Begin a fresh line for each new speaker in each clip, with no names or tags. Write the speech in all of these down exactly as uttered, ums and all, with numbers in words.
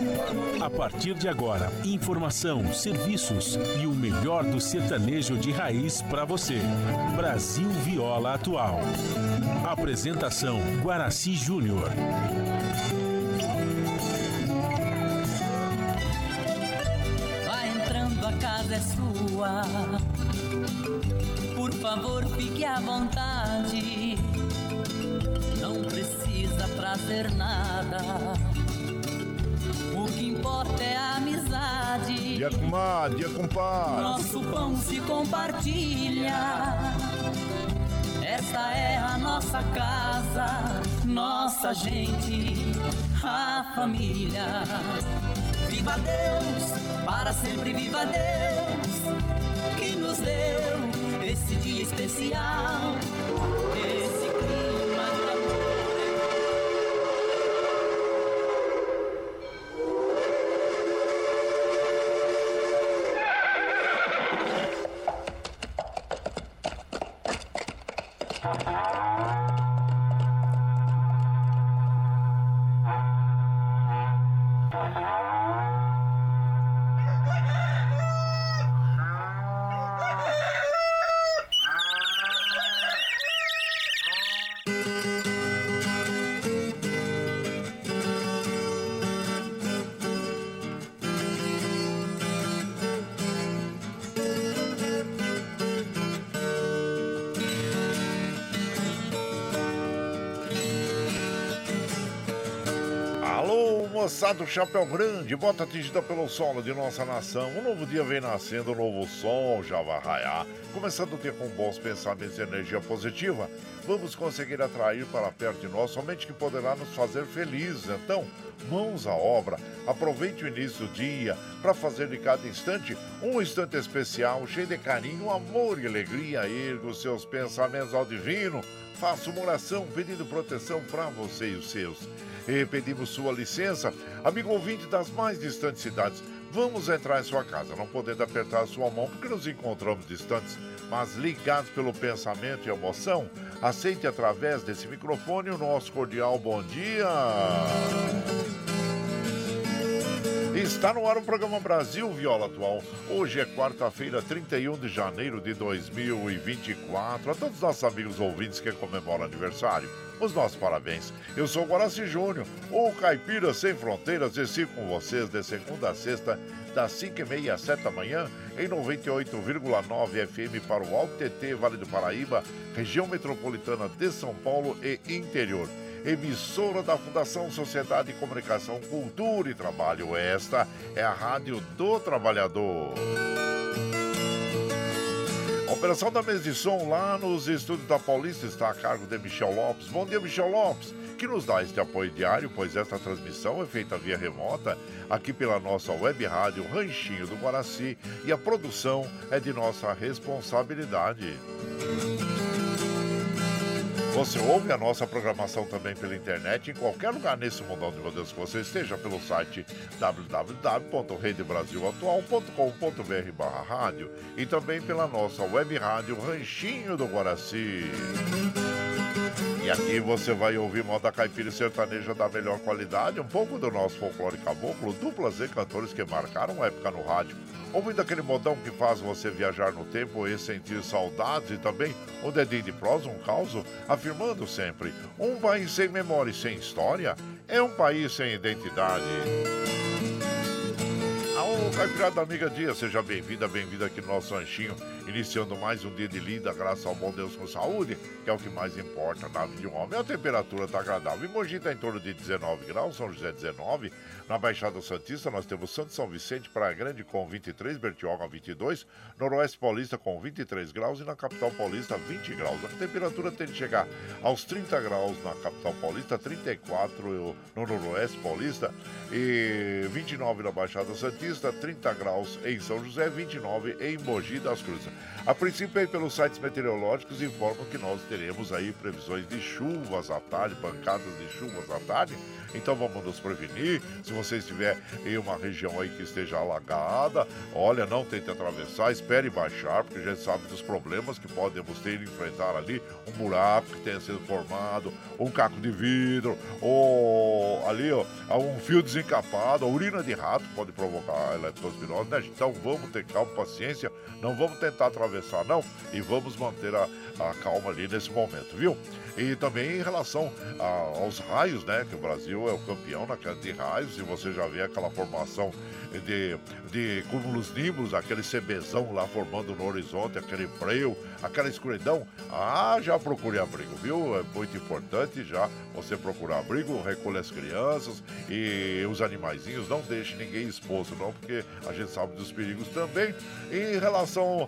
A partir de agora, informação, serviços e o melhor do sertanejo de raiz para você. Brasil Viola Atual. Apresentação Guaraci Júnior.
Vai entrando, a casa é sua. Por favor, fique à vontade. Não precisa trazer nada. O que importa é a amizade.
Dia comadre, dia compadre.
Nosso pão se compartilha. Esta é a nossa casa, nossa gente, a família. Viva Deus, para sempre viva Deus, que nos deu esse dia especial, esse clima de amor.
Moçada, chapéu grande, bota atingida pelo solo de nossa nação. Um novo dia vem nascendo, um novo sol já vai raiar. Começando o dia com bons pensamentos e energia positiva, vamos conseguir atrair para perto de nós somente que poderá nos fazer felizes. Então, mãos à obra, aproveite o início do dia para fazer de cada instante um instante especial, cheio de carinho, amor e alegria. Erga os seus pensamentos ao divino, faça uma oração pedindo proteção para você e os seus. E pedimos sua licença, amigo ouvinte das mais distantes cidades. Vamos entrar em sua casa, não podendo apertar a sua mão porque nos encontramos distantes, mas ligados pelo pensamento e emoção. Aceite através desse microfone o nosso cordial bom dia. Está no ar o programa Brasil Viola Atual. Hoje é quarta-feira, trinta e um de janeiro de dois mil e vinte e quatro. A todos os nossos amigos ouvintes que comemoram aniversário, os nossos parabéns. Eu sou o Guaraci Júnior, o Caipira Sem Fronteiras, e sigo com vocês de segunda a sexta, das cinco e meia às sete da manhã, em noventa e oito vírgula nove F M para o Alto T T, Vale do Paraíba, região metropolitana de São Paulo e interior. Emissora da Fundação Sociedade de Comunicação, Cultura e Trabalho. Esta é a Rádio do Trabalhador. A operação da mesa de som lá nos estúdios da Paulista está a cargo de Michel Lopes. Bom dia, Michel Lopes, que nos dá este apoio diário, pois esta transmissão é feita via remota aqui pela nossa web rádio Ranchinho do Guaraci e a produção é de nossa responsabilidade. Você ouve a nossa programação também pela internet em qualquer lugar nesse mundão de Deus que você esteja, pelo site w w w ponto rede brasil atual ponto com ponto b r barra rádio e também pela nossa web rádio Ranchinho do Guaraci. E aqui você vai ouvir moda caipira e sertaneja da melhor qualidade, um pouco do nosso folclore caboclo, duplas e cantores que marcaram época no rádio. Ouvindo aquele modão que faz você viajar no tempo e sentir saudades, e também um dedinho de prosa, um causo, afirmando sempre: um país sem memória e sem história é um país sem identidade. Alô, Caipirada Amiga Dia, seja bem-vinda, bem-vinda aqui no nosso ranchinho, iniciando mais um dia de lida, graças ao bom Deus com saúde, que é o que mais importa na vida de um homem. A temperatura está agradável. Em Mogi está em torno de dezenove graus, São José dezenove. Na Baixada Santista nós temos Santo São Vicente, Praia Grande com vinte e três, Bertioga vinte e dois, Noroeste Paulista com vinte e três graus e na Capital Paulista vinte graus. A temperatura tende a chegar aos trinta graus na Capital Paulista, trinta e quatro no Noroeste Paulista e vinte e nove na Baixada Santista, trinta graus em São José, vinte e nove em Mogi das Cruzes. A princípio, aí, pelos sites meteorológicos informam que nós teremos aí previsões de chuvas à tarde, pancadas de chuvas à tarde. Então vamos nos prevenir. Se você estiver em uma região aí que esteja alagada, olha, não tente atravessar, espere baixar, porque a gente sabe dos problemas que podemos ter e enfrentar ali, um buraco que tenha sido formado, um caco de vidro, ou ali, ó, um fio desencapado, a urina de rato pode provocar a leptospirose, né? Então vamos ter calma, paciência, não vamos tentar atravessar não, e vamos manter a, a calma ali nesse momento, viu? E também em relação a, aos raios, né? Que o Brasil é o campeão na queda de raios, e você já vê aquela formação de, de cúmulos nimbus, aquele CBzão lá formando no horizonte, aquele breu, aquela escuridão. Ah, já procure abrigo, viu? É muito importante já você procurar abrigo, recolher as crianças e os animaizinhos, não deixe ninguém exposto não, porque a gente sabe dos perigos também. Em relação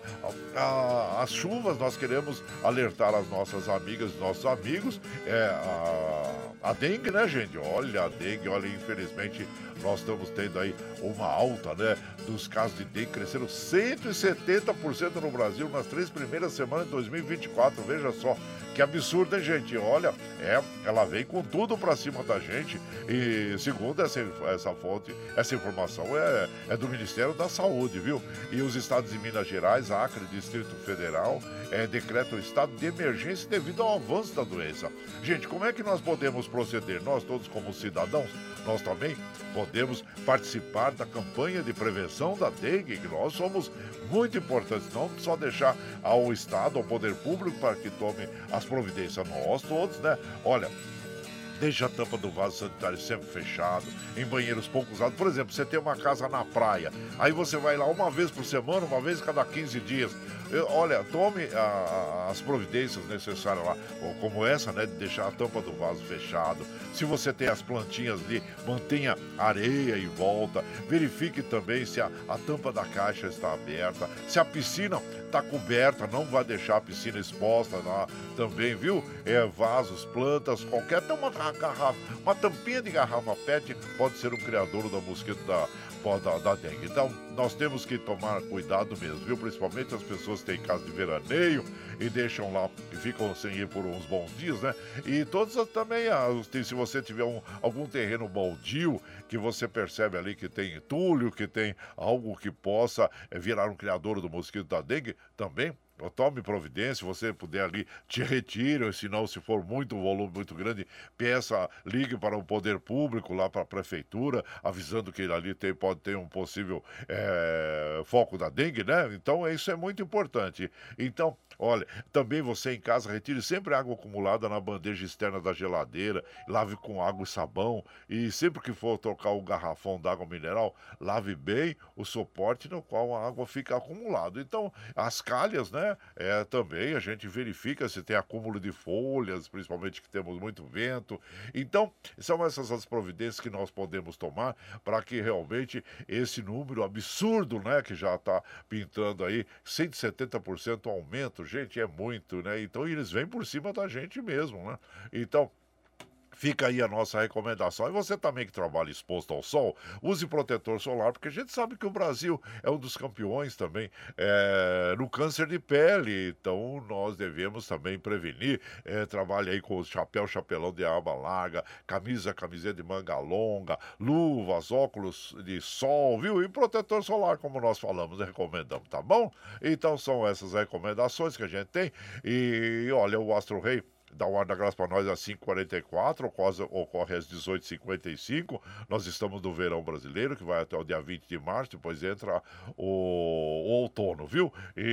às chuvas, nós queremos alertar as nossas amigas, nossos amigos, é, a, a dengue, né, gente? Olha, a dengue, olha, infelizmente nós estamos tendo aí uma alta, né, dos casos de dengue, cresceram cento e setenta por cento no Brasil nas três primeiras semanas de dois mil e vinte e quatro, veja só. Que absurdo, hein, gente? Olha, é, ela vem com tudo pra cima da gente e, segundo essa, essa fonte, essa informação é, é do Ministério da Saúde, viu? E os estados de Minas Gerais, Acre, Distrito Federal, é, decretam o estado de emergência devido ao avanço da doença. Gente, como é que nós podemos proceder? Nós todos como cidadãos, nós também podemos participar da campanha de prevenção da dengue, que nós somos muito importantes, não só deixar ao Estado, ao poder público, para que tome as providências, nós todos, né? Olha, deixa a tampa do vaso sanitário sempre fechado, em banheiros pouco usados. Por exemplo, você tem uma casa na praia, aí você vai lá uma vez por semana, uma vez a cada quinze dias. Eu, olha, tome a, a, as providências necessárias lá, como essa, né, de deixar a tampa do vaso fechado. Se você tem as plantinhas ali, mantenha areia em volta. Verifique também se a, a tampa da caixa está aberta. Se a piscina está coberta, não vai deixar a piscina exposta lá também, viu? É, vasos, plantas, qualquer... Até uma garrafa, uma tampinha de garrafa pet pode ser um criador da mosquito da... Da, da dengue. Então, nós temos que tomar cuidado mesmo, viu? Principalmente as pessoas que têm casa de veraneio e deixam lá, e ficam sem ir por uns bons dias, né? E todas também, se você tiver um, algum terreno baldio, que você percebe ali que tem entulho, que tem algo que possa virar um criador do mosquito da dengue, também tome providência. Se você puder ali, te retire, se não, se for muito volume muito grande, peça, ligue para o poder público, lá para a prefeitura, avisando que ali tem, pode ter um possível é, foco da dengue, né? Então, isso é muito importante. Então, olha, também você em casa, retire sempre água acumulada na bandeja externa da geladeira, lave com água e sabão, e sempre que for trocar o garrafão d'água mineral, lave bem o suporte no qual a água fica acumulada. Então, as calhas, né? É, também a gente verifica se tem acúmulo de folhas, principalmente que temos muito vento. Então, são essas as providências que nós podemos tomar para que realmente esse número absurdo, né, que já está pintando aí, cento e setenta por cento aumento, gente, é muito, né? Então, eles vêm por cima da gente mesmo, né? Então, fica aí a nossa recomendação. E você também que trabalha exposto ao sol, use protetor solar, porque a gente sabe que o Brasil é um dos campeões também é, no câncer de pele. Então, nós devemos também prevenir. É, trabalhe aí com o chapéu, chapelão de aba larga, camisa, camiseta de manga longa, luvas, óculos de sol, viu? E protetor solar, como nós falamos e recomendamos, tá bom? Então, são essas recomendações que a gente tem. E, olha, o Astro Rei dá um ar da graça para nós às cinco e quarenta e quatro, ocorre, ocorre às dezoito e cinquenta e cinco. Nós estamos no verão brasileiro, que vai até o dia vinte de março, depois entra o, o outono, viu?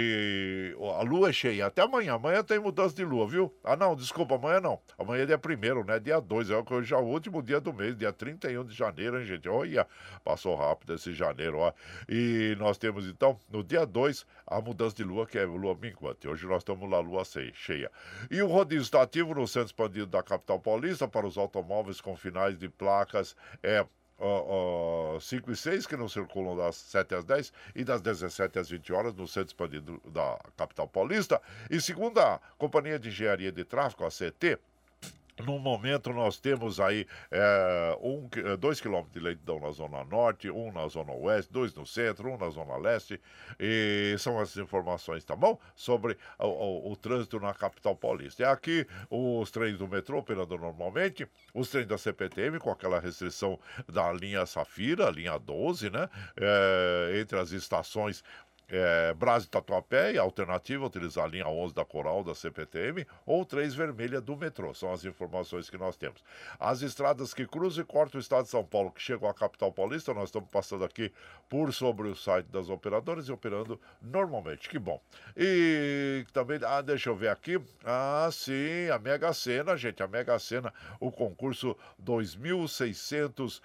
E a lua é cheia. Até amanhã. Amanhã tem mudança de lua, viu? Ah, não, desculpa, amanhã não. Amanhã é dia primeiro, né? Dia dois, é hoje é o último dia do mês, dia trinta e um de janeiro, hein, gente? Olha, passou rápido esse janeiro, ó. E nós temos, então, no dia dois, a mudança de lua, que é lua minguante. Hoje nós estamos na lua cheia. E o rodízio está ativo no centro expandido da capital paulista para os automóveis com finais de placas é, uh, uh, cinco e seis, que não circulam das sete às dez e das dezessete às vinte horas no centro expandido da capital paulista. E segundo a Companhia de Engenharia de Tráfego, a C T, No momento, nós temos aí é, um, qui- dois quilômetros de lentidão na Zona Norte, um na Zona Oeste, dois no centro, um na Zona Leste. E são essas informações, tá bom? Sobre o, o- o trânsito na capital paulista. E aqui, os trens do metrô operando normalmente, os trens da C P T M com aquela restrição da linha Safira, linha doze, né? É, entre as estações é, Brás e Tatuapé e a alternativa utilizar a linha onze da Coral da C P T M ou três vermelha do metrô. São as informações que nós temos. As estradas que cruzam e cortam o estado de São Paulo, que chegam à capital paulista, nós estamos passando aqui por sobre o site das operadoras e operando normalmente. Que bom. E também, ah, deixa eu ver aqui. Ah, sim, a Mega Sena, gente, a Mega Sena, o concurso dois mil seiscentos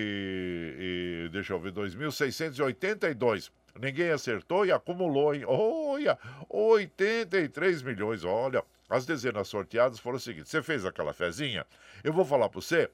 e, e deixa eu ver, dois mil seiscentos e oitenta e dois. Ninguém acertou e acumulou, hein? Olha, oitenta e três milhões. Olha, as dezenas sorteadas foram o seguinte: você fez aquela fezinha? Eu vou falar para você.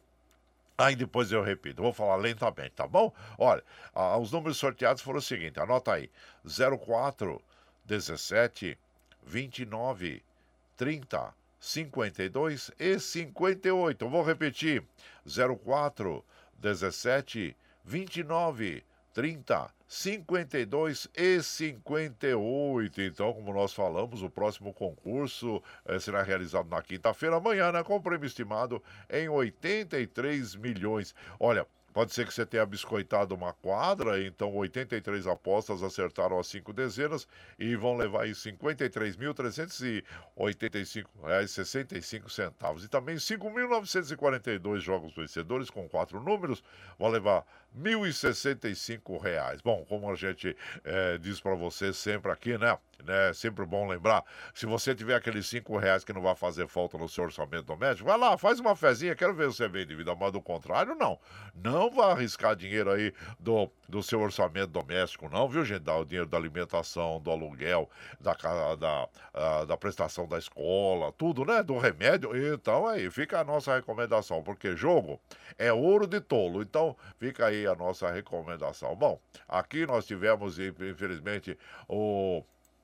Aí depois eu repito, vou falar lentamente, tá bom? Olha, ah, os números sorteados foram o seguinte: anota aí: zero quatro, dezessete, vinte e nove, trinta, cinquenta e dois e cinquenta e oito. Eu vou repetir: zero quatro, dezessete, vinte e nove, trinta, cinquenta e dois e cinquenta e oito. Então, como nós falamos, o próximo concurso eh, será realizado na quinta-feira, amanhã, né? Com prêmio estimado em oitenta e três milhões. Olha. Pode ser que você tenha biscoitado uma quadra, então oitenta e três apostas acertaram as cinco dezenas e vão levar aí cinquenta e três mil trezentos e oitenta e cinco reais e sessenta e cinco centavos. E também cinco mil novecentos e quarenta e dois jogos vencedores com quatro números vão levar mil e sessenta e cinco reais. Bom, como a gente eh, diz para você sempre aqui, né? né? Sempre bom lembrar, se você tiver aqueles cinco reais que não vai fazer falta no seu orçamento doméstico, vai lá, faz uma fezinha, quero ver você bem de vida, mas do contrário, não. Não vá arriscar dinheiro aí do, do seu orçamento doméstico, não, viu, gente? Dá o dinheiro da alimentação, do aluguel, da, ca- da, ah, da prestação da escola, tudo, né? Do remédio. Então, aí, fica a nossa recomendação, porque jogo é ouro de tolo. Então, fica aí a nossa recomendação. Bom, aqui nós tivemos, infelizmente, o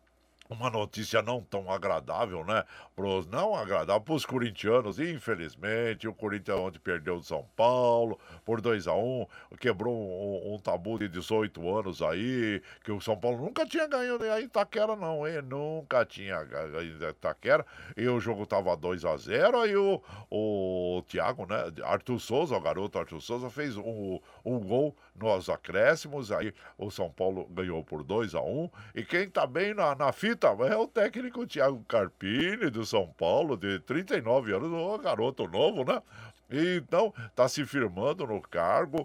uma notícia não tão agradável, né? Pros, não agradável para os corintianos, infelizmente. O Corinthians ontem perdeu do São Paulo por dois a um, quebrou um, um tabu de dezoito anos aí, que o São Paulo nunca tinha ganho nem a Itaquera, não, hein? Nunca tinha ganho a Itaquera. E o jogo tava dois a zero, aí o, o Thiago, né? Arthur Souza, o garoto Arthur Souza, fez um, um gol nos acréscimos, aí o São Paulo ganhou por dois a um. E quem tá bem na, na fita é o técnico Thiago Carpini, do São Paulo, de trinta e nove anos, um garoto novo, né? E, então, está se firmando no cargo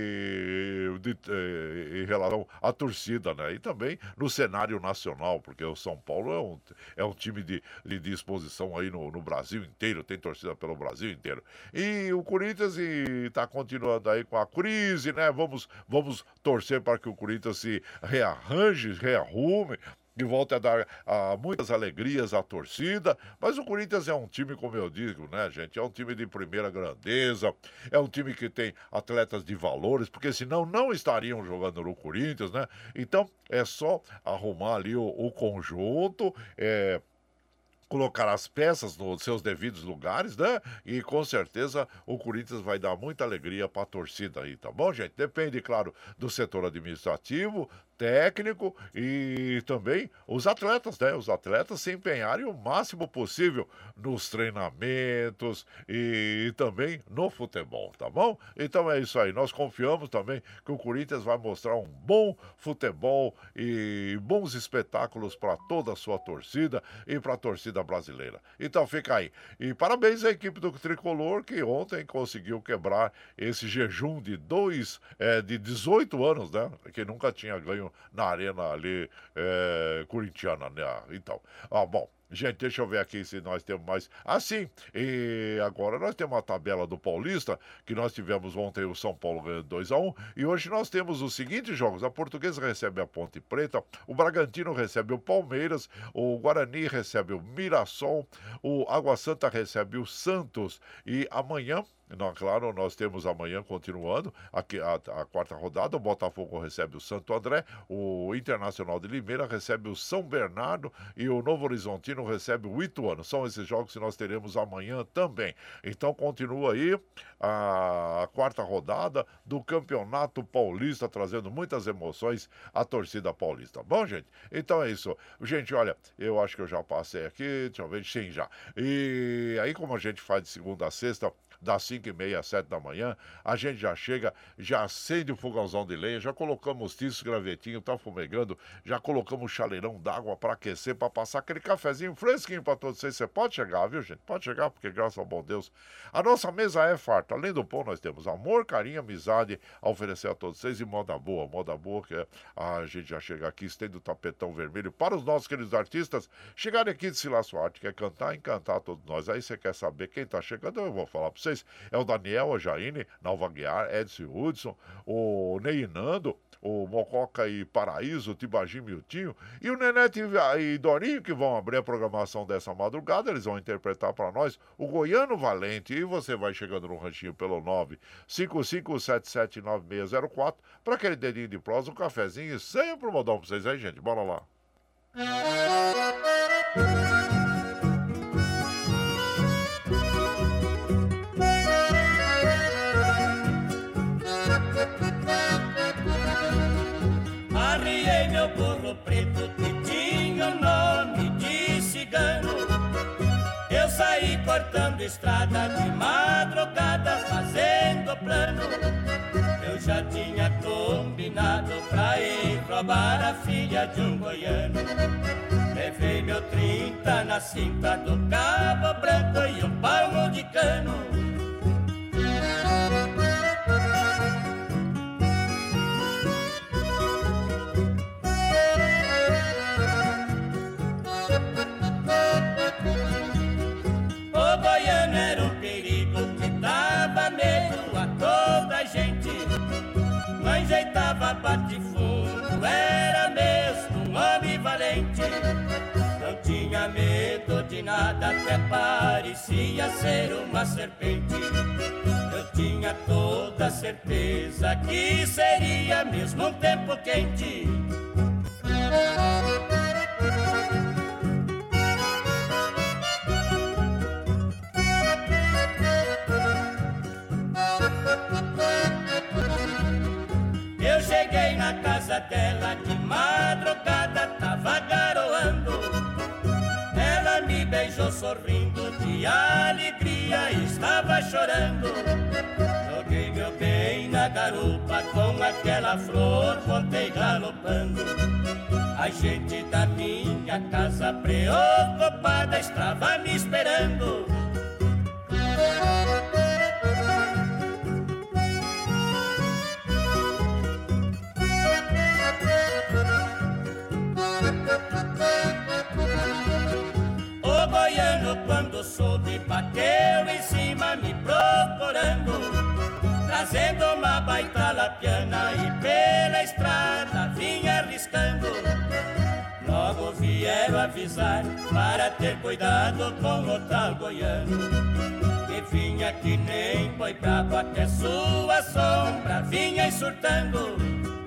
e, de, eh, em relação à torcida, né? E também no cenário nacional, porque o São Paulo é um, é um time de, de disposição aí no, no Brasil inteiro, tem torcida pelo Brasil inteiro. E o Corinthians está continuando aí com a crise, né? Vamos, vamos torcer para que o Corinthians se rearranje, rearrume, que volte a dar ah, muitas alegrias à torcida, mas o Corinthians é um time, como eu digo, né, gente? É um time de primeira grandeza, é um time que tem atletas de valores, porque senão não estariam jogando no Corinthians, né? Então é só arrumar ali o, o conjunto, é, colocar as peças nos seus devidos lugares, né? E com certeza o Corinthians vai dar muita alegria para a torcida aí, tá bom, gente? Depende, claro, do setor administrativo, técnico e também os atletas, né? Os atletas se empenharem o máximo possível nos treinamentos e também no futebol, tá bom? Então é isso aí. Nós confiamos também que o Corinthians vai mostrar um bom futebol e bons espetáculos para toda a sua torcida e para a torcida brasileira. Então fica aí. E parabéns à equipe do Tricolor que ontem conseguiu quebrar esse jejum de dois, é, de dezoito anos, né? Que nunca tinha ganho na arena ali é, corintiana, né? Então, ah, bom. Gente, deixa eu ver aqui se nós temos mais. Ah, sim, e agora nós temos a tabela do Paulista, que nós tivemos ontem o São Paulo ganhando dois a um, e hoje nós temos os seguintes jogos: a Portuguesa recebe a Ponte Preta, o Bragantino recebe o Palmeiras, o Guarani recebe o Mirassol, o Água Santa recebe o Santos, e amanhã Não, claro, nós temos amanhã, continuando, aqui, a, a quarta rodada, o Botafogo recebe o Santo André, o Internacional de Limeira recebe o São Bernardo e o Novo Horizontino recebe o Ituano. São esses jogos que nós teremos amanhã também. Então continua aí a, a quarta rodada do Campeonato Paulista, trazendo muitas emoções à torcida paulista. Bom, gente? Então é isso. Gente, olha, eu acho que eu já passei aqui, deixa eu ver, sim, já. E aí, como a gente faz de segunda a sexta, das cinco e meia às sete da manhã, a gente já chega, já acende o fogãozão de lenha, já colocamos tiço, gravetinho, tá fumegando, já colocamos chaleirão d'água para aquecer, para passar aquele cafezinho fresquinho para todos vocês. Você pode chegar, viu, gente? Pode chegar, porque graças ao bom Deus, a nossa mesa é farta. Além do pão, nós temos amor, carinho, amizade a oferecer a todos vocês e moda boa, moda boa, que é, a gente já chega aqui, estende o tapetão vermelho para os nossos queridos artistas chegarem aqui de Silar sua arte, quer cantar, encantar todos nós. Aí você quer saber quem tá chegando, eu vou falar para vocês. É o Daniel, a Jaine, Nalva Guiar, Edson Hudson, o Ney Nando, o Mococa e Paraíso, o Tibagi Miltinho e o Nenete e Dorinho, que vão abrir a programação dessa madrugada. Eles vão interpretar para nós o Goiano Valente. E você vai chegando no ranchinho pelo nove cinco cinco sete sete nove seis zero quatro para aquele dedinho de prosa, um cafezinho e sempre um modão para vocês aí, gente. Bora lá.
Arriei meu burro preto que tinha o nome de cigano. Eu saí cortando estrada de madrugada, fazendo plano. Eu já tinha combinado pra ir roubar a filha de um goiano. Levei meu trinta na cinta do cabo branco e um palmo de cano. O goiano era um perigo que dava medo a toda a gente. Não enjeitava bate-fundo, era mesmo um homem valente. Não tinha medo de nada, até parecia ser uma serpente. Eu tinha toda certeza que seria mesmo um tempo quente. Eu cheguei na casa dela de madrugada, tava garoando. Ela me beijou sorrindo, de alegria estava chorando. Joguei meu bem na garupa, com aquela flor voltei galopando. A gente da minha casa preocupada estava me esperando. O goiano, quando soube, bateu em cima me procurando, trazendo uma baita lapiana e pela estrada vinha arriscando. Logo vieram avisar para ter cuidado com o tal goiano, que vinha que nem boi bravo, até sua sombra vinha surtando.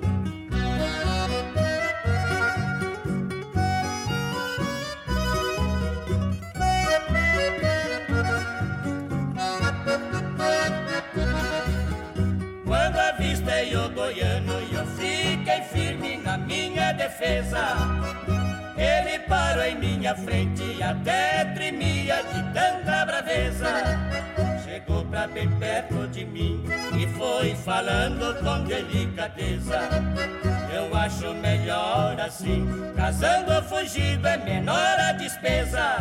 Quando avistei o goiano e eu fiquei firme na minha defesa, ele parou em minha frente e até tremia de tanta braveza. Chegou pra bem perto de mim e foi falando com delicadeza. Eu acho melhor assim, casando fugido é menor a despesa.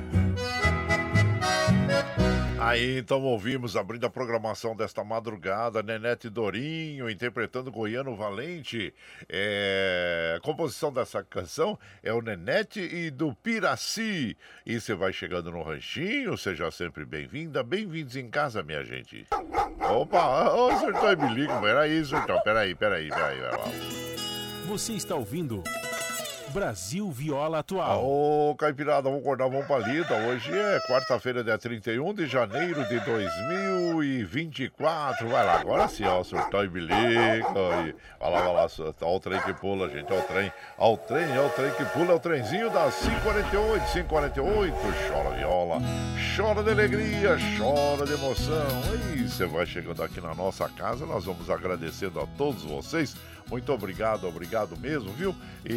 Aí então ouvimos, abrindo a programação desta madrugada, Nenete Dorinho interpretando Goiano Valente. É... A composição dessa canção é o Nenete e do Piraci. E você vai chegando no ranchinho, seja sempre bem-vinda, bem-vindos em casa, minha gente. Opa, ô, surtou e me liga, peraí, surtou, peraí, peraí, peraí, peraí.
Você está ouvindo Brasil Viola Atual.
Ô, Caipirada, vamos acordar, vamos pra lida. Hoje é quarta-feira, dia trinta e um de janeiro de dois mil e vinte e quatro. Vai lá, agora sim, ó, surtão e bilico. E... Vai lá, vai lá, ó o trem que pula, gente, ó o trem. Ó o trem, ó o trem que pula, é o trenzinho das cinco e quarenta e oito, cinco e quarenta e oito. Chora viola, chora de alegria, chora de emoção. E você vai chegando aqui na nossa casa, nós vamos agradecendo a todos vocês. Muito obrigado, obrigado mesmo, viu?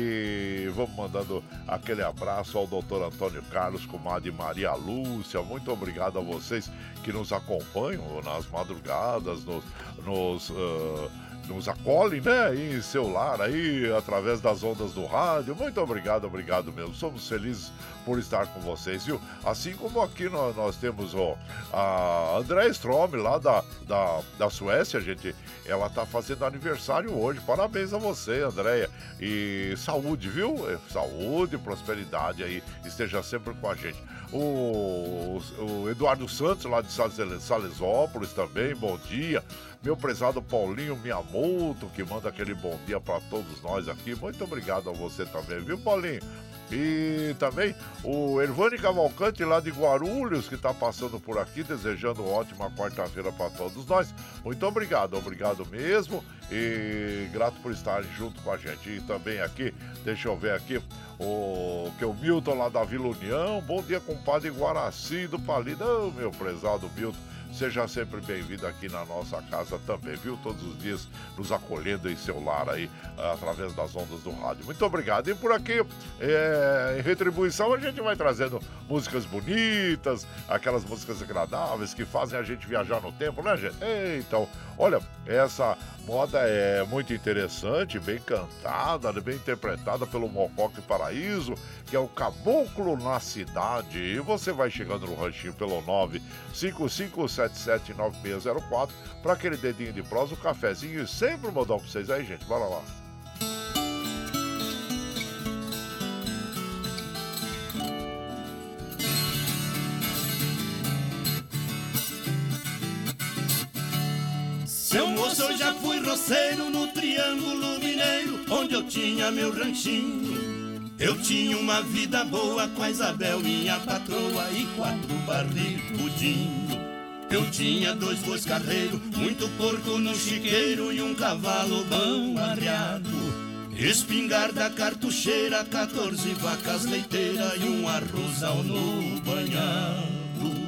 E vamos mandando aquele abraço ao doutor Antônio Carlos, comadre Maria Lúcia. Muito obrigado a vocês que nos acompanham nas madrugadas, nos, nos, uh, nos acolhem, né? Em seu lar aí, através das ondas do rádio. Muito obrigado, obrigado mesmo. Somos felizes por estar com vocês, viu? Assim como aqui nós, nós temos ó, a André Strom, lá da, da, da Suécia, gente. Ela tá fazendo aniversário hoje. Parabéns a você, Andréia. E saúde, viu? Saúde, prosperidade aí. Esteja sempre com a gente. O, o Eduardo Santos, lá de Salesópolis também, bom dia. Meu prezado Paulinho Miyamoto, que manda aquele bom dia para todos nós aqui. Muito obrigado a você também, viu, Paulinho? E também o Ervani Cavalcante, lá de Guarulhos, que está passando por aqui, desejando uma ótima quarta-feira para todos nós. Muito obrigado, obrigado mesmo. E grato por estarem junto com a gente. E também aqui, deixa eu ver aqui, o, que é o Milton lá da Vila União. Bom dia, compadre Guaraci do Palida. Oh, meu prezado Milton, seja sempre bem-vindo aqui na nossa casa também, viu? Todos os dias nos acolhendo em seu lar aí, através das ondas do rádio. Muito obrigado. E por aqui, é, em retribuição, a gente vai trazendo músicas bonitas, aquelas músicas agradáveis que fazem a gente viajar no tempo, né, gente? Então, olha, essa moda é muito interessante, bem cantada, bem interpretada pelo Mocoque Paraíso, que é o Caboclo na Cidade. E você vai chegando no ranchinho pelo nove cinco cinco sete sete nove seis zero quatro para aquele dedinho de prosa, um cafezinho e sempre um modão pra vocês aí, gente. Bora lá.
Seu moço, eu já fui roceiro no Triângulo Mineiro, onde eu tinha meu ranchinho. Eu tinha uma vida boa com a Isabel, minha patroa, e quatro barris pudinho. Eu tinha dois bois carreiros, muito porco no chiqueiro e um cavalo bom arreado. Espingarda cartucheira, quatorze vacas leiteiras e um arrozal no banhado.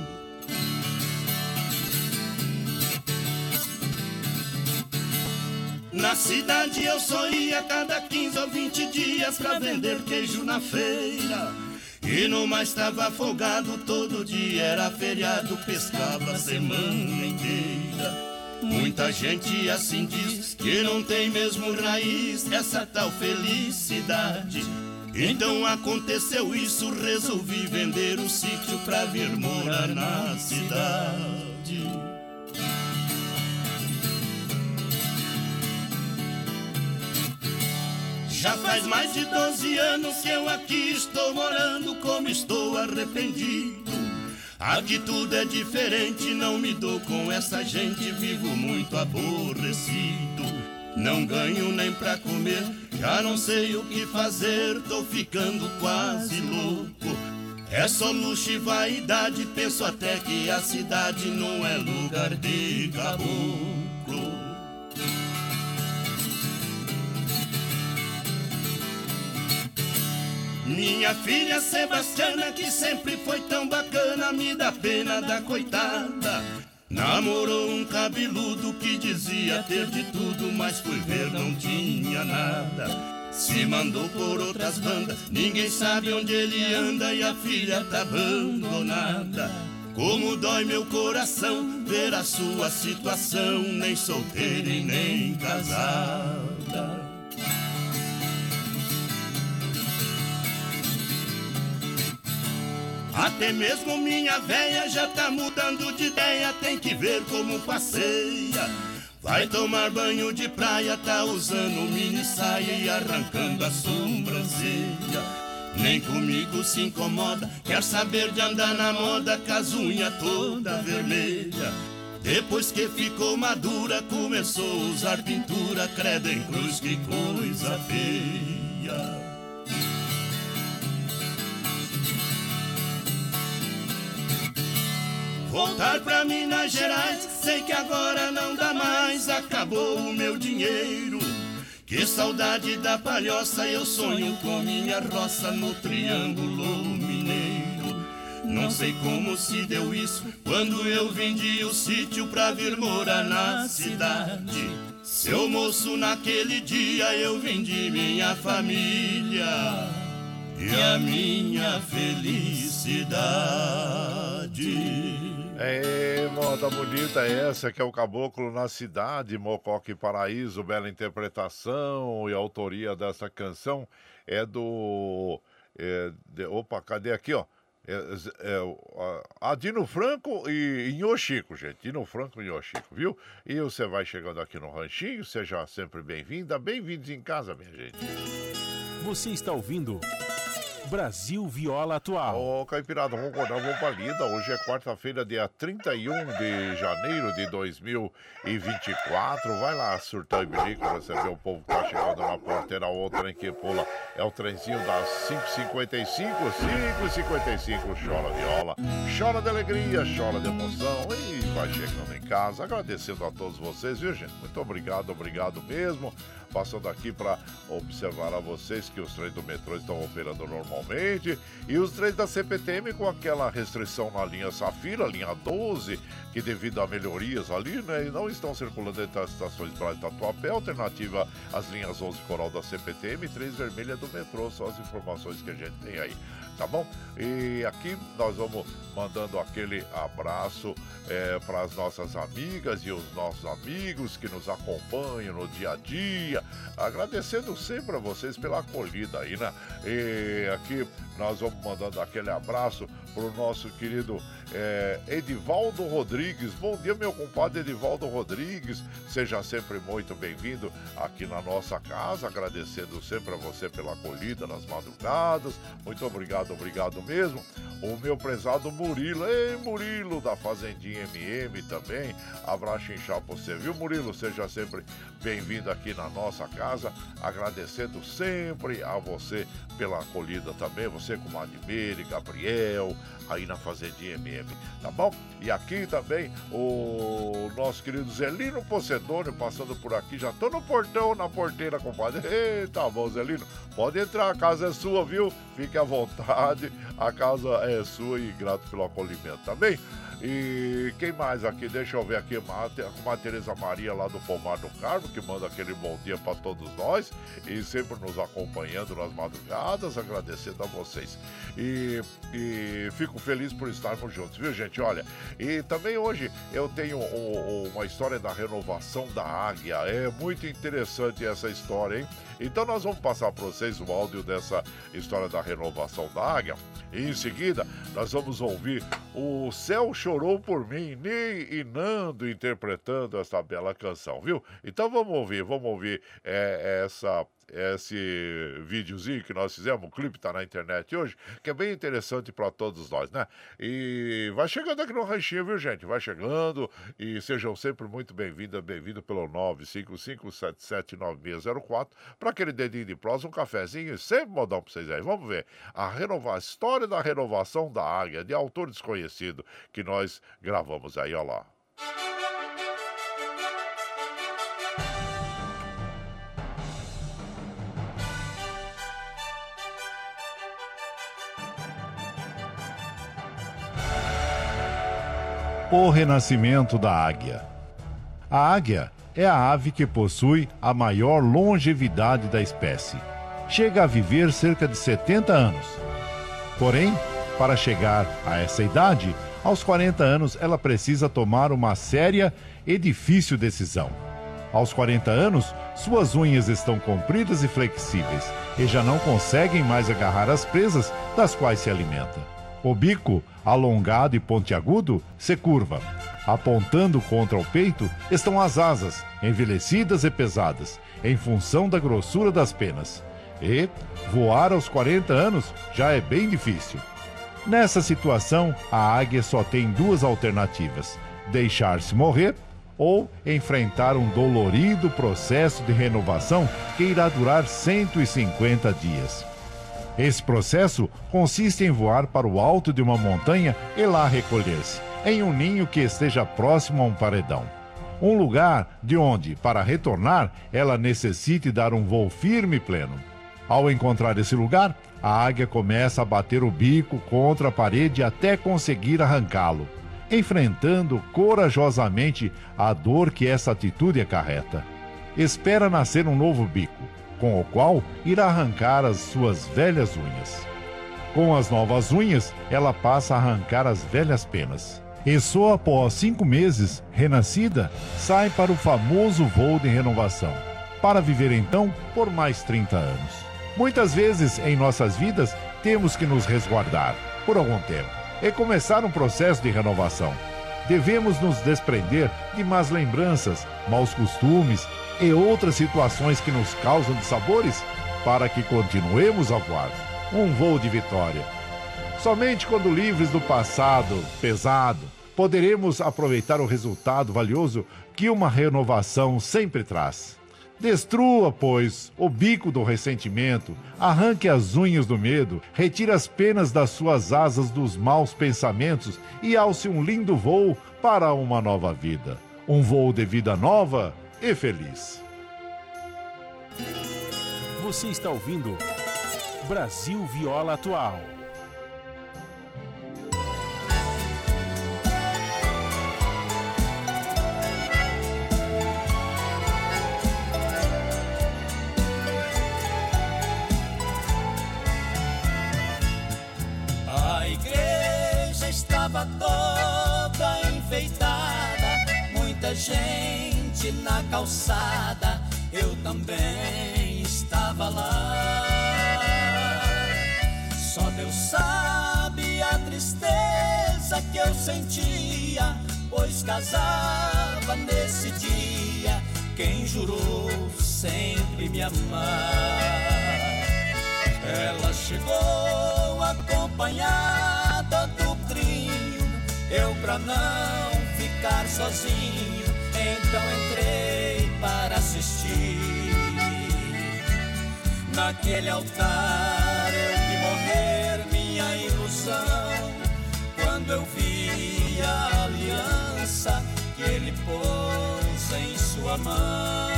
Na cidade eu só ia cada quinze ou vinte dias pra vender queijo na feira. E no mais estava afogado, todo dia era feriado, pescava a semana inteira. Muita gente assim diz que não tem mesmo raiz essa tal felicidade. Então aconteceu isso, resolvi vender o sítio pra vir morar na cidade. Já faz mais de doze anos que eu aqui estou morando, como estou arrependido. Aqui tudo é diferente, não me dou com essa gente, vivo muito aborrecido. Não ganho nem pra comer, já não sei o que fazer, tô ficando quase louco. É só luxo e vaidade, penso até que a cidade não é lugar de caboclo. Minha filha Sebastiana, que sempre foi tão bacana, me dá pena da coitada. Namorou um cabeludo que dizia ter de tudo, mas fui ver não tinha nada. Se mandou por outras bandas, ninguém sabe onde ele anda e a filha tá abandonada. Como dói meu coração ver a sua situação, nem solteira e nem casada. Até mesmo minha véia já tá mudando de ideia, tem que ver como passeia. Vai tomar banho de praia, tá usando mini saia e arrancando a sobrancelha. Nem comigo se incomoda, quer saber de andar na moda com as unhas toda vermelha. Depois que ficou madura, começou a usar pintura, credo em cruz, que coisa feia.
voltar pra Minas Gerais. Sei que agora não dá mais, acabou o meu dinheiro. Que saudade da palhoça, eu sonho com minha roça no Triângulo Mineiro. Não sei como se deu isso, quando eu vendi o sítio pra vir morar na cidade. Seu moço, naquele dia eu vendi minha família e a minha felicidade.
É, moda bonita essa, que é o Caboclo na Cidade, Mococa e Paraíso, bela interpretação, e a autoria dessa canção é do... É, de, opa, cadê aqui, ó? É, é, a Dino Franco e Inhochico, gente. Dino Franco e Inhochico, viu? E você vai chegando aqui no Ranchinho, seja sempre bem-vinda. Bem-vindos em casa, minha gente.
Você está ouvindo Brasil Viola Atual.
Ô, Caipirada, vamos acordar, vamos pra lida. Hoje é quarta-feira, dia trinta e um de janeiro de dois mil e vinte e quatro. Vai lá, surtar e bilico, receber o povo que tá chegando na porteira. O trem que pula é o trenzinho das cinco e cinquenta e cinco, cinco e cinquenta e cinco. Chora viola, chora de alegria, chora de emoção e vai chegando em casa. Agradecendo a todos vocês, viu, gente? Muito obrigado, obrigado mesmo. Passando aqui para observar a vocês que os trens do metrô estão operando normalmente e os trens da C P T M com aquela restrição na linha Safira, linha doze, que devido a melhorias ali, né, não estão circulando entre as estações Brás e Tatuapé, alternativa às linhas onze Coral da C P T M e três Vermelha do metrô, são as informações que a gente tem aí, tá bom? E aqui nós vamos mandando aquele abraço é, para as nossas amigas e os nossos amigos que nos acompanham no dia a dia, agradecendo sempre a vocês pela acolhida aí, né? E aqui nós vamos mandando aquele abraço pro nosso querido é, Edivaldo Rodrigues. Bom dia, meu compadre Edivaldo Rodrigues. Seja sempre muito bem-vindo aqui na nossa casa. Agradecendo sempre a você pela acolhida nas madrugadas. Muito obrigado, obrigado mesmo. O meu prezado Murilo. Ei, Murilo, da Fazendinha M M também. Abraço inchado pra você, viu, Murilo? Seja sempre bem-vindo aqui na nossa casa. Agradecendo sempre a você pela acolhida também. Você com Madmeire, Gabriel, aí na Fazendinha M M, tá bom? E aqui também o nosso querido Zelino Pocedônio passando por aqui. Já tô no portão, na porteira, compadre. Ei, tá bom, Zelino. Pode entrar, a casa é sua, viu? Fique à vontade, a casa é sua e grato pelo acolhimento, tá bem? E quem mais aqui? Deixa eu ver aqui, com a Tereza Maria lá do Pomar do Carmo, que manda aquele bom dia para todos nós e sempre nos acompanhando nas madrugadas, agradecendo a vocês. E, e fico feliz por estarmos juntos, viu, gente? Olha, e também hoje eu tenho um, uma história da renovação da Águia. É muito interessante essa história, hein? Então nós vamos passar para vocês o áudio dessa história da renovação da Águia. E em seguida nós vamos ouvir o Céu Chorou por Mim, Ney e Nando interpretando essa bela canção, viu? Então vamos ouvir, vamos ouvir é, essa... esse videozinho que nós fizemos, o clipe tá na internet hoje, que é bem interessante para todos nós, né? E vai chegando aqui no Ranchinho, viu, gente? Vai chegando e sejam sempre muito bem-vindas, bem-vindo pelo nove cinco cinco sete sete nove seis zero quatro para aquele dedinho de prosa, um cafezinho e sempre modão pra vocês aí. Vamos ver a, renova... a história da renovação da Águia, de autor desconhecido, que nós gravamos aí, ó lá.
O renascimento da águia. A águia é a ave que possui a maior longevidade da espécie. Chega a viver cerca de setenta anos. Porém, para chegar a essa idade, aos quarenta anos ela precisa tomar uma séria e difícil decisão. Aos quarenta anos, suas unhas estão compridas e flexíveis e já não conseguem mais agarrar as presas das quais se alimenta. O bico, alongado e pontiagudo, se curva. Apontando contra o peito estão as asas, envelhecidas e pesadas, em função da grossura das penas. E voar aos quarenta anos já é bem difícil. Nessa situação, a águia só tem duas alternativas: deixar-se morrer ou enfrentar um dolorido processo de renovação que irá durar cento e cinquenta dias. Esse processo consiste em voar para o alto de uma montanha e lá recolher-se. em um ninho que esteja próximo a um paredão. Um lugar de onde, para retornar, ela necessite dar um voo firme e pleno. Ao encontrar esse lugar, a águia começa a bater o bico contra a parede até conseguir arrancá-lo, enfrentando corajosamente a dor que essa atitude acarreta. Espera nascer um novo bico, com o qual irá arrancar as suas velhas unhas. Com as novas unhas, ela passa a arrancar as velhas penas. E só após cinco meses, renascida, sai para o famoso voo de renovação, para viver então por mais trinta anos. Muitas vezes em nossas vidas temos que nos resguardar por algum tempo e começar um processo de renovação. Devemos nos desprender de más lembranças, maus costumes e outras situações que nos causam dissabores para que continuemos a voar um voo de vitória. Somente quando livres do passado pesado, poderemos aproveitar o resultado valioso que uma renovação sempre traz. Destrua, pois, o bico do ressentimento, arranque as unhas do medo, retire as penas das suas asas dos maus pensamentos e alce um lindo voo para uma nova vida. Um voo de vida nova e feliz.
Você está ouvindo Brasil Viola Atual.
Estava toda enfeitada, muita gente na calçada, eu também estava lá. Só Deus sabe a tristeza que eu sentia, pois casava nesse dia quem jurou sempre me amar. Ela chegou acompanhada do eu pra não ficar sozinho, então entrei para assistir. Naquele altar eu vi morrer minha ilusão, quando eu vi a aliança que ele pôs em sua mão.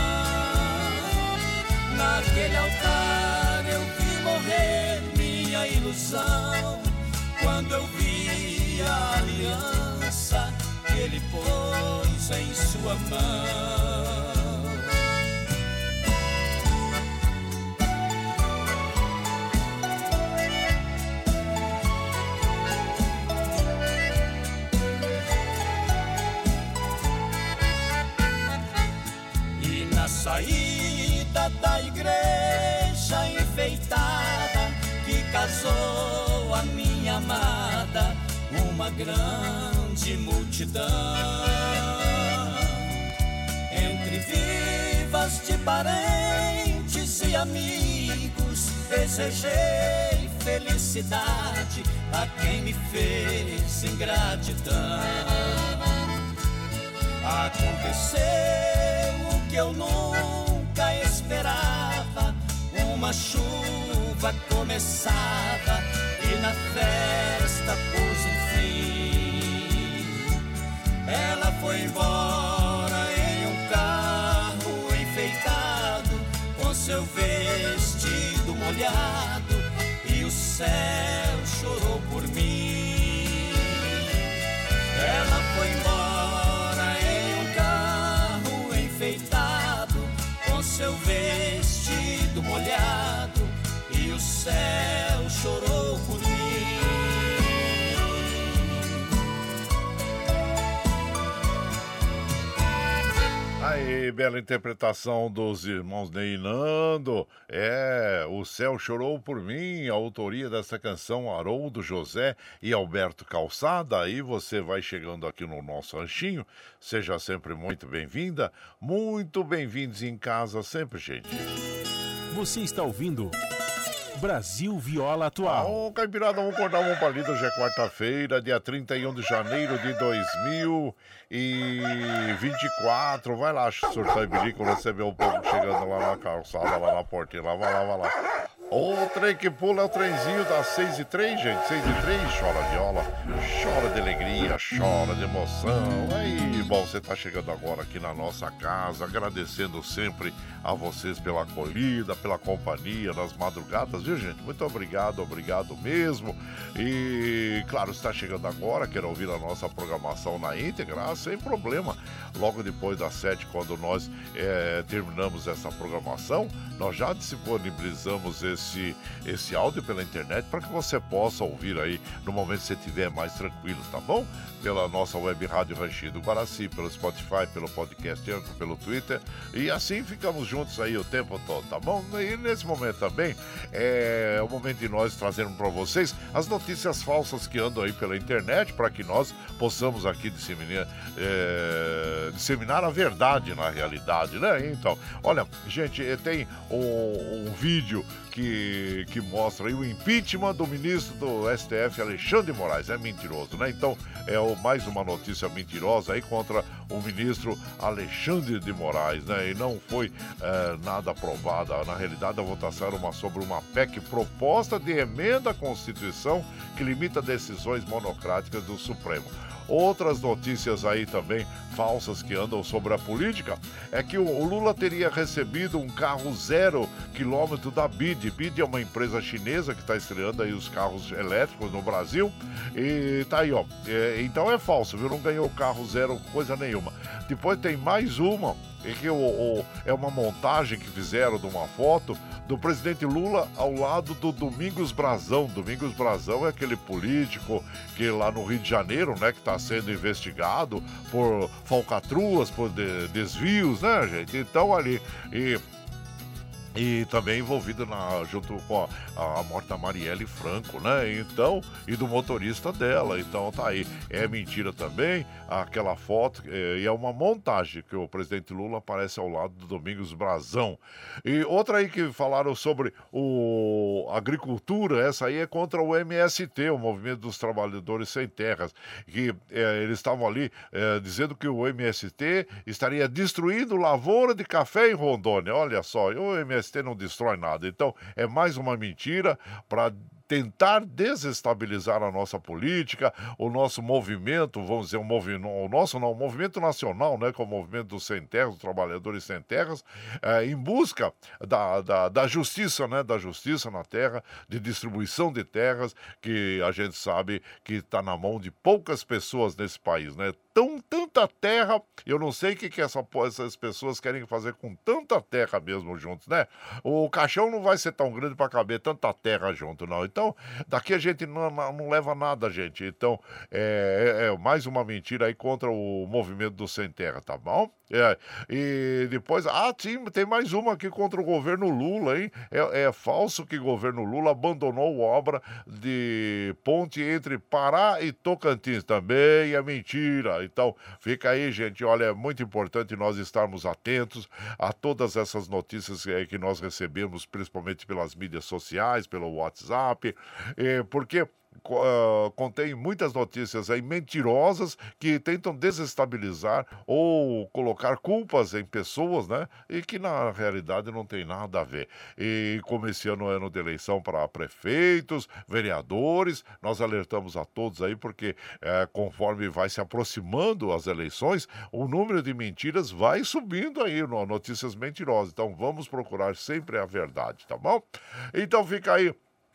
Naquele altar eu vi morrer minha ilusão, quando eu vi a aliança que ele pôs em sua mão. E na saída da igreja enfeitada que casou a minha amada, uma grande multidão, entre vivas de parentes e amigos, desejei felicidade a quem me fez ingratidão. Aconteceu o que eu nunca esperava, uma chuva começava e na festa pôs um fim. Ela foi embora em um carro enfeitado, com seu vestido molhado, e o céu chorou por mim. Ela foi embora em um carro enfeitado, com seu vestido molhado, e o céu chorou por mim.
Aí, bela interpretação dos irmãos Ney e Nando. É, O Céu Chorou por Mim, a autoria dessa canção, Haroldo José e Alberto Calçada. Aí você vai chegando aqui no nosso ranchinho, seja sempre muito bem-vinda, muito bem-vindos em casa sempre, gente.
Você está ouvindo Brasil Viola Atual.
Ô, Caipirada, vamos cortar uma palida. Hoje é quarta-feira, dia trinta e um de janeiro de dois mil e vinte e quatro. Vai lá, surtar e bilico, receber o povo chegando lá na calçada, lá na portinha. Lá, vai lá, vai lá. O trem que pula é o trenzinho das seis e três, gente. seis e três, chora viola, chora de alegria, chora de emoção. Aí, bom, você tá chegando agora aqui na nossa casa, agradecendo sempre a vocês pela acolhida, pela companhia nas madrugadas, viu, gente? Muito obrigado, obrigado mesmo. E, claro, está chegando agora, quer ouvir a nossa programação na íntegra, sem problema. Logo depois das sete, quando nós é, terminamos essa programação, nós já disponibilizamos esse, esse áudio pela internet para que você possa ouvir aí no momento que você estiver mais tranquilo, tá bom? Pela nossa web rádio Ranchinho do Guaraci, pelo Spotify, pelo podcast Anchor, pelo Twitter, e assim ficamos juntos aí o tempo todo, tá bom? E nesse momento também é o momento de nós trazermos para vocês as notícias falsas que andam aí pela internet para que nós possamos aqui disseminar, é, disseminar a verdade na realidade, né? Então, olha, gente, tem um, um vídeo que, que mostra aí o impeachment do ministro do S T F, Alexandre de Moraes. É mentiroso, né? Então, é o, mais uma notícia mentirosa aí contra o ministro Alexandre de Moraes, né? E não foi é, nada aprovada. Na realidade, a votação era uma, sobre uma P E C, proposta de emenda à Constituição, que limita decisões monocráticas do Supremo. Outras notícias aí também falsas que andam sobre a política é que o Lula teria recebido um carro zero quilômetro da B I D. B I D é uma empresa chinesa que está estreando aí os carros elétricos no Brasil. E tá aí, ó. É, então é falso, viu? Não ganhou carro zero, coisa nenhuma. Depois tem mais uma, é que o, o, é uma montagem que fizeram de uma foto do presidente Lula ao lado do Domingos Brazão. Domingos Brazão é aquele político que lá no Rio de Janeiro, né, que está sendo investigado por falcatruas, por de, desvios, né, gente? Então ali... E, E também envolvido na, junto com a, a morte da Marielle Franco, né? Então, e do motorista dela. Então tá aí. É mentira também, aquela foto, é, e é uma montagem que o presidente Lula aparece ao lado do Domingos Brazão. E outra aí que falaram sobre o agricultura, essa aí é contra o M S T, o Movimento dos Trabalhadores Sem Terras, que é, eles estavam ali é, dizendo que o M S T estaria destruindo lavoura de café em Rondônia. Olha só, o M S T não destrói nada. Então, é mais uma mentira para tentar desestabilizar a nossa política, o nosso movimento, vamos dizer, o, movi- o nosso não, o movimento nacional, né, que é o movimento dos sem terras, dos trabalhadores sem terras, é, em busca da, da, da justiça, né, da justiça na terra, de distribuição de terras, que a gente sabe que está na mão de poucas pessoas nesse país, né? Tão, tanta terra, eu não sei o que, que essa, essas pessoas querem fazer com tanta terra mesmo juntos, né? O caixão não vai ser tão grande para caber tanta terra junto, não. Então, daqui a gente não, não leva nada, gente. Então, é, é, é mais uma mentira aí contra o movimento do Sem Terra, tá bom? É, e depois, ah, sim, tem mais uma aqui contra o governo Lula, hein? É, é falso que o governo Lula abandonou a obra de ponte entre Pará e Tocantins. Também é mentira. Então, fica aí, gente. Olha, é muito importante nós estarmos atentos a todas essas notícias que nós recebemos, principalmente pelas mídias sociais, pelo WhatsApp, eh, porque Uh, contém muitas notícias aí mentirosas que tentam desestabilizar ou colocar culpas em pessoas, né? E que na realidade não tem nada a ver. E como esse ano é ano de eleição para prefeitos, vereadores, nós alertamos a todos aí porque uh, conforme vai se aproximando as eleições, o número de mentiras vai subindo aí, no, notícias mentirosas. Então vamos procurar sempre a verdade, tá bom? Então fica aí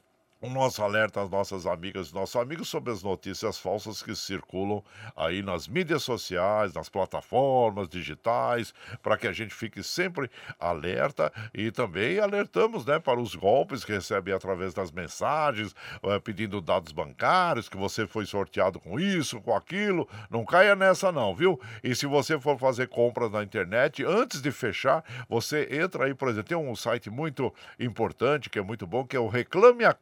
o nosso alerta às nossas amigas e nossos amigos sobre as notícias falsas que circulam aí nas mídias sociais, nas plataformas digitais, para que a gente fique sempre alerta e também alertamos, né, para os golpes que recebem através das mensagens, eh, pedindo dados bancários, que você foi sorteado com isso, com aquilo. Não caia nessa não, viu? E se você for fazer compras na internet, antes de fechar, você entra aí, por exemplo, tem um site muito importante, que é muito bom, que é o Reclame Aqui.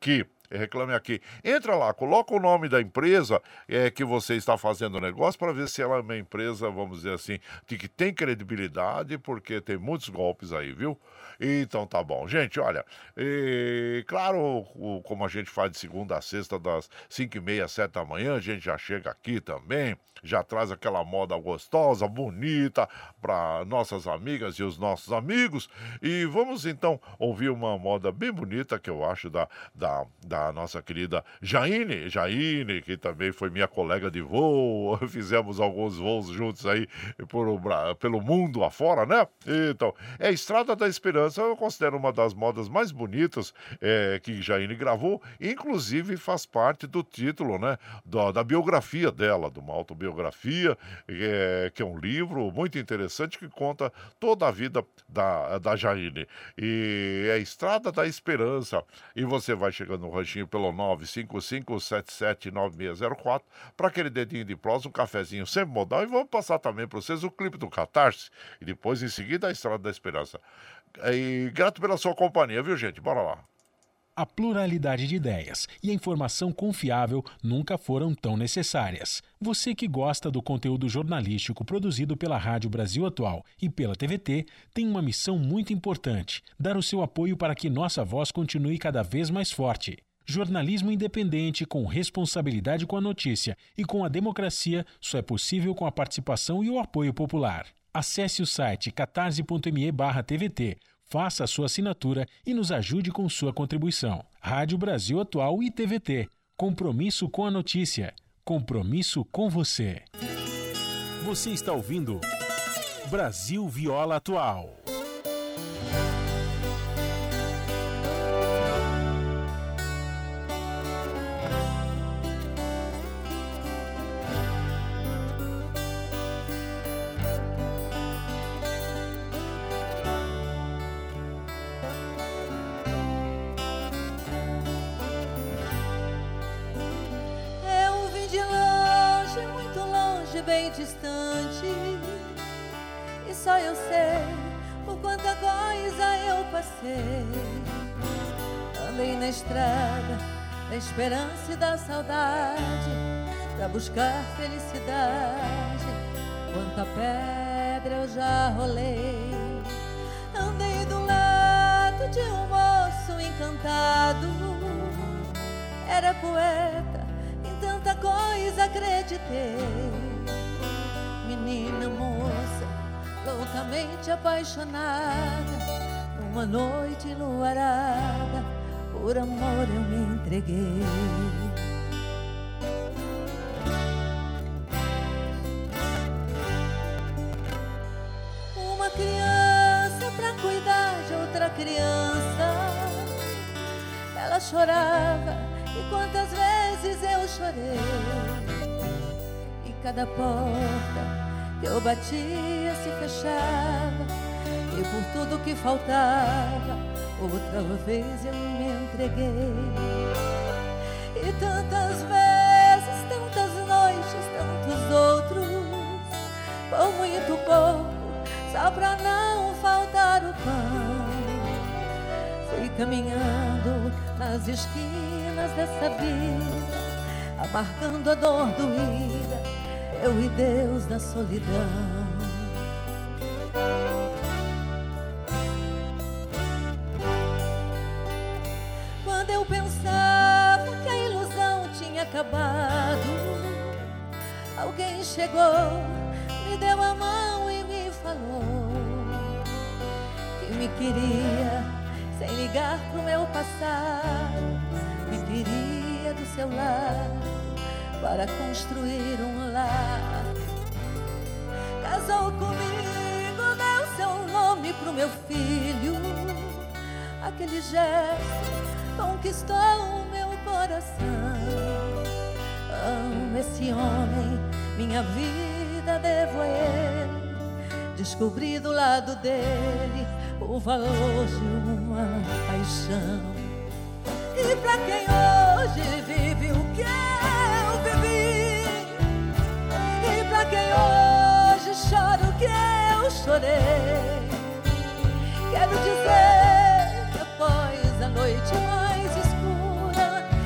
Reclame Aqui. Entra lá, coloca o nome da empresa é, que você está fazendo o negócio para ver se ela é uma empresa, vamos dizer assim, que tem credibilidade, porque tem muitos golpes aí, viu? Então tá bom. Gente, olha, e, claro, o, como a gente faz de segunda a sexta, das cinco e meia às sete da manhã, a gente já chega aqui também, já traz aquela moda gostosa, bonita, para nossas amigas e os nossos amigos. E vamos então ouvir uma moda bem bonita que eu acho da, da, da nossa querida Jaine, Jaine, que também foi minha colega de voo, fizemos alguns voos juntos aí por, pelo mundo afora, né? Então, é Estrada da Esperança, eu considero uma das modas mais bonitas é, que Jaine gravou, inclusive faz parte do título, né? Da, da biografia dela, de uma autobiografia, é, que é um livro muito interessante que conta toda a vida da, da Jaine. E é Estrada da Esperança. E você vai chegando no ranchinho pelo nove cinco cinco, sete sete nove seis zero quatro para aquele dedinho de prosa, um cafezinho sempre modal. E vamos passar também para vocês o clipe do Catarse. E depois, em seguida, a Estrada da Esperança. E grato pela sua companhia, viu, gente? Bora lá.
A pluralidade de ideias e a informação confiável nunca foram tão necessárias. Você que gosta do conteúdo jornalístico produzido pela Rádio Brasil Atual e pela T V T tem uma missão muito importante: dar o seu apoio para que nossa voz continue cada vez mais forte. Jornalismo independente, com responsabilidade com a notícia e com a democracia, só é possível com a participação e o apoio popular. Acesse o site catarse.me barra TVT, faça a sua assinatura e nos ajude com sua contribuição. Rádio Brasil Atual e T V T. Compromisso com a notícia. Compromisso com você. Você está ouvindo Brasil Viola Atual.
Bem distante, e só eu sei por quanta coisa eu passei. Andei na estrada da esperança e da saudade pra buscar felicidade. Quanta pedra eu já rolei. Andei do lado de um moço encantado, era poeta, em tanta coisa acreditei. Menina moça, loucamente apaixonada, numa noite enluarada, por amor eu me entreguei. Uma criança pra cuidar de outra criança, ela chorava e quantas vezes eu chorei. E cada porta que eu batia se fechava, e por tudo que faltava, outra vez eu me entreguei. E tantas vezes, tantas noites, tantos outros, por muito pouco, só pra não faltar o pão. Fui caminhando nas esquinas dessa vida, amargando a dor doída, eu e Deus da solidão. Quando eu pensava que a ilusão tinha acabado, alguém chegou, me deu a mão e me falou que me queria sem ligar pro meu passado, me queria do seu lado para construir um lar. Casou comigo, deu seu nome pro meu filho. Aquele gesto conquistou o meu coração. Amo esse homem, minha vida devo a ele. Descobri do lado dele o valor de uma paixão. E pra quem hoje vive o que eu vivi, e pra quem hoje chora o que eu chorei, quero dizer que após a noite mais escura,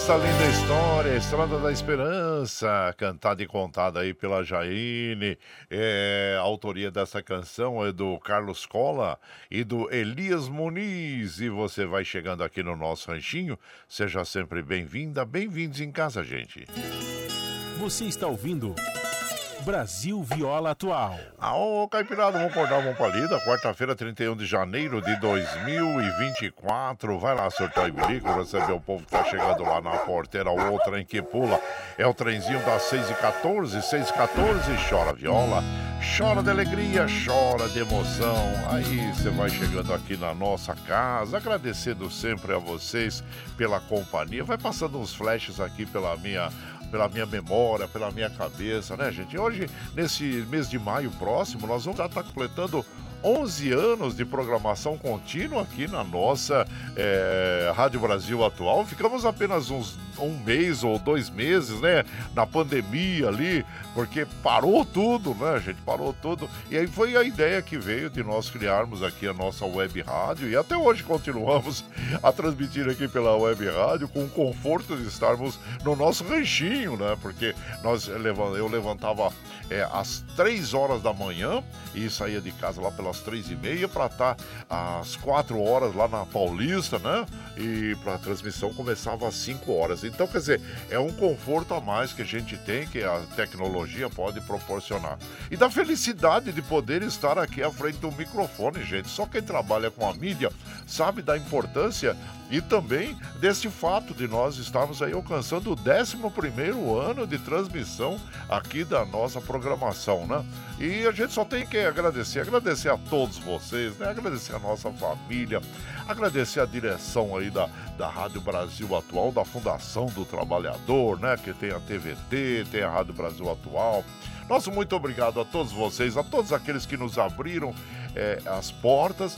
esta linda história, Estrada da Esperança, cantada e contada aí pela Jaine. É, a autoria dessa canção é do Carlos Cola e do Elias Muniz. E você vai chegando aqui no nosso ranchinho, seja sempre bem-vinda, bem-vindos em casa, gente.
Você está ouvindo Brasil Viola Atual.
Ah, ô Caipirada, vamos acordar, vamos pra lida. Quarta-feira, trinta e um de janeiro de dois mil e vinte e quatro. Vai lá, surtar e bilico, receber o povo que tá chegando lá na porteira. O outro trem que pula é o trenzinho das seis e quatorze, seis e quatorze. Chora viola, chora de alegria, chora de emoção. Aí você vai chegando aqui na nossa casa, agradecendo sempre a vocês pela companhia. Vai passando uns flashes aqui pela minha... pela minha memória, pela minha cabeça, né, gente? Hoje, nesse mês de maio próximo, nós vamos já estar completando onze anos de programação contínua aqui na nossa é, Rádio Brasil Atual. Ficamos apenas uns um mês ou dois meses, né, na pandemia ali, porque parou tudo, né, gente? Parou tudo. E aí foi a ideia que veio de nós criarmos aqui a nossa web rádio, e até hoje continuamos a transmitir aqui pela web rádio com o conforto de estarmos no nosso ranchinho, né? Porque nós, eu levantava é, às três horas da manhã e saía de casa lá pelas três e meia para estar às quatro horas lá na Paulista, né? E para a transmissão começava às cinco horas. Então, quer dizer, é um conforto a mais que a gente tem, que a tecnologia pode proporcionar. E da felicidade de poder estar aqui à frente do microfone, gente. Só quem trabalha com a mídia sabe da importância e também desse fato de nós estarmos aí alcançando o décimo primeiro ano de transmissão aqui da nossa programação, né? E a gente só tem que agradecer, agradecer a todos vocês, né? Agradecer a nossa família, agradecer a direção aí da, da Rádio Brasil Atual, da Fundação do Trabalhador, né? Que tem a T V T, tem a Rádio Brasil Atual. Nosso muito obrigado a todos vocês, a todos aqueles que nos abriram é, as portas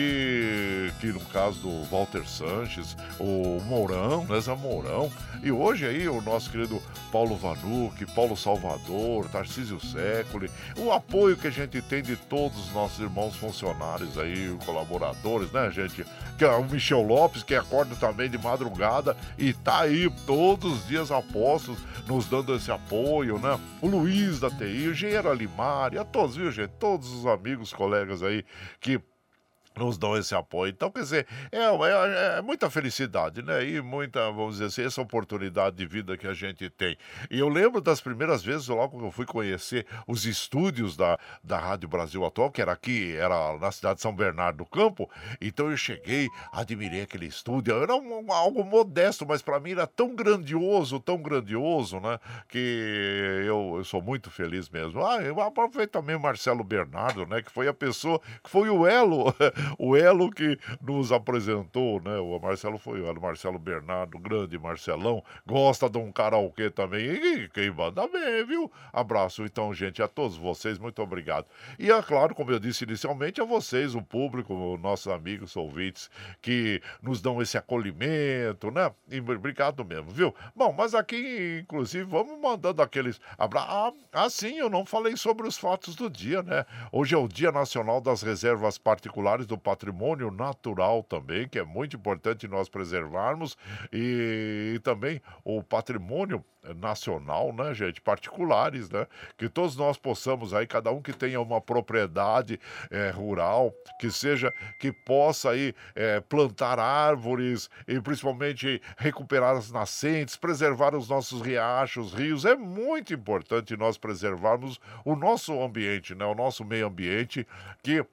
e que no caso do Walter Sanches, o Mourão, Nessa Mourão, e hoje aí o nosso querido Paulo Vanucci, Paulo Salvador, Tarcísio Séculi, o apoio que a gente tem de todos os nossos irmãos funcionários aí, colaboradores, né, gente? Que é o Michel Lopes, que acorda também de madrugada e tá aí todos os dias apostos nos dando esse apoio, né? O Luiz da T I, o engenheiro Alimar, e a todos, viu, gente? Todos os amigos, colegas aí que nos dão esse apoio. Então, quer dizer, é, é, é muita felicidade, né? E muita, vamos dizer assim, essa oportunidade de vida que a gente tem. E eu lembro das primeiras vezes, logo que eu fui conhecer os estúdios da, da Rádio Brasil Atual, que era aqui, era na cidade de São Bernardo do Campo. Então eu cheguei, admirei aquele estúdio. Era um, algo modesto, mas para mim era tão grandioso, tão grandioso, né? Que eu, eu sou muito feliz mesmo. Ah, eu aproveito também o Marcelo Bernardo, né? Que foi a pessoa, que foi o elo... O elo que nos apresentou, né? O Marcelo foi o Marcelo Bernardo, grande Marcelão, gosta de um karaokê também. E quem manda bem, viu? Abraço, então, gente, a todos vocês, muito obrigado. E é claro, como eu disse inicialmente, a vocês, o público, nossos amigos, ouvintes, que nos dão esse acolhimento, né? E obrigado mesmo, viu? Bom, mas aqui, inclusive, vamos mandando aqueles abraços. Ah, ah, sim, eu não falei sobre os fatos do dia, né? Hoje é o Dia Nacional das Reservas Particulares do Patrimônio Natural também, que é muito importante nós preservarmos, e, e também o patrimônio nacional, né, gente, particulares, né, que todos nós possamos aí, cada um que tenha uma propriedade é, rural, que seja, que possa aí é, plantar árvores e principalmente recuperar as nascentes, preservar os nossos riachos, rios. É muito importante nós preservarmos o nosso ambiente, né, o nosso meio ambiente, que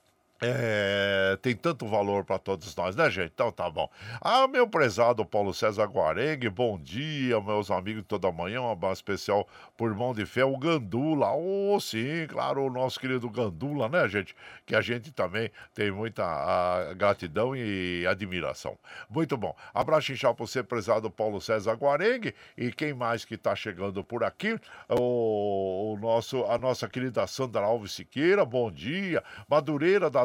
É, tem tanto valor para todos nós, né, gente? Então tá bom. Ah, meu prezado Paulo César Guarengue, bom dia, meus amigos de toda manhã, um abraço especial por irmão de fé, o Gandula. Oh, sim, claro, o nosso querido Gandula, né, gente? Que a gente também tem muita a, gratidão e admiração. Muito bom. Abraço inchado para você, prezado Paulo César Guarengue. E quem mais que tá chegando por aqui? O, o nosso, a nossa querida Sandra Alves Siqueira, bom dia. Madureira da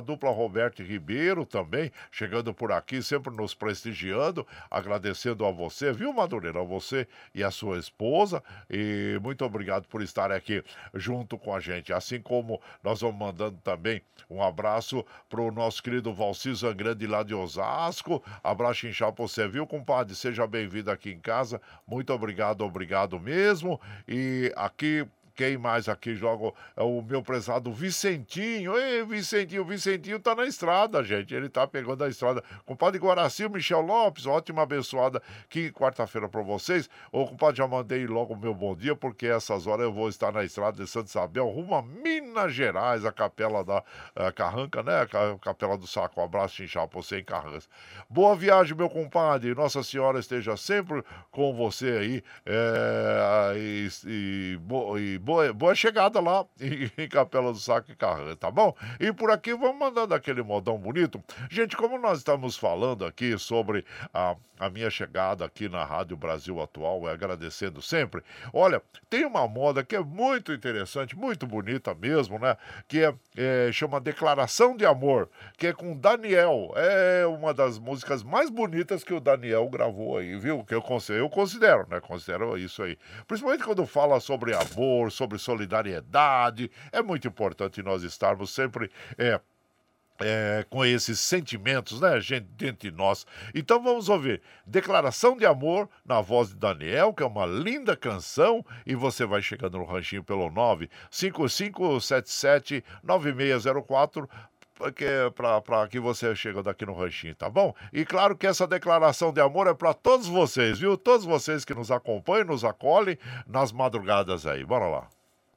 dupla Roberto Ribeiro também, chegando por aqui, sempre nos prestigiando, agradecendo a você, viu, Madureira? A você e a sua esposa, e muito obrigado por estar aqui junto com a gente. Assim como nós vamos mandando também um abraço para o nosso querido Valci Zangrande lá de Osasco. Abraço inchado pra você, viu, compadre? Seja bem-vindo aqui em casa. Muito obrigado, obrigado mesmo. E aqui... Quem mais aqui joga é o meu prezado Vicentinho. Ei, Vicentinho, o Vicentinho tá na estrada, gente. Ele tá pegando a estrada. Compadre Guaraci, o Michel Lopes, ótima abençoada. Que quarta-feira pra vocês. Ô, compadre, já mandei logo o meu bom dia, porque essas horas eu vou estar na estrada de Santa Isabel, rumo a Minas Gerais, a capela da a Carranca, né? A capela do Saco. Um abraço inchado pra você em Carranca. Boa viagem, meu compadre. Nossa Senhora esteja sempre com você aí. É, e, e, e Boa, boa chegada lá em, em Capela do Saco e Carranca, tá bom? E por aqui vamos mandando aquele modão bonito. Gente, como nós estamos falando aqui sobre a, a minha chegada aqui na Rádio Brasil Atual, é agradecendo sempre. Olha, tem uma moda que é muito interessante, muito bonita mesmo, né? Que é, é chama Declaração de Amor, que é com Daniel. É uma das músicas mais bonitas que o Daniel gravou aí, viu? Que eu considero, eu considero, né? Considero isso aí. Principalmente quando fala sobre amor, sobre solidariedade. É muito importante nós estarmos sempre é, é, com esses sentimentos, né, gente, dentro de nós. Então vamos ouvir Declaração de Amor na voz de Daniel, que é uma linda canção, e você vai chegando no ranchinho pelo nove cinco cinco sete sete nove seis zero quatro para que você chegue daqui no ranchinho, tá bom? E claro que essa declaração de amor é para todos vocês, viu? Todos vocês que nos acompanham, nos acolhem nas madrugadas aí. Bora lá.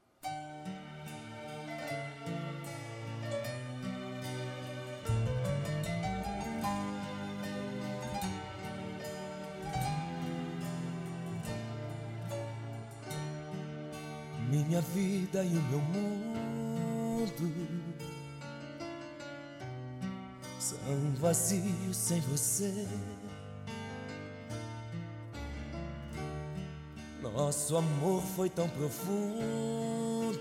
Minha vida e o meu mundo são vazios sem você. Nosso amor foi tão profundo,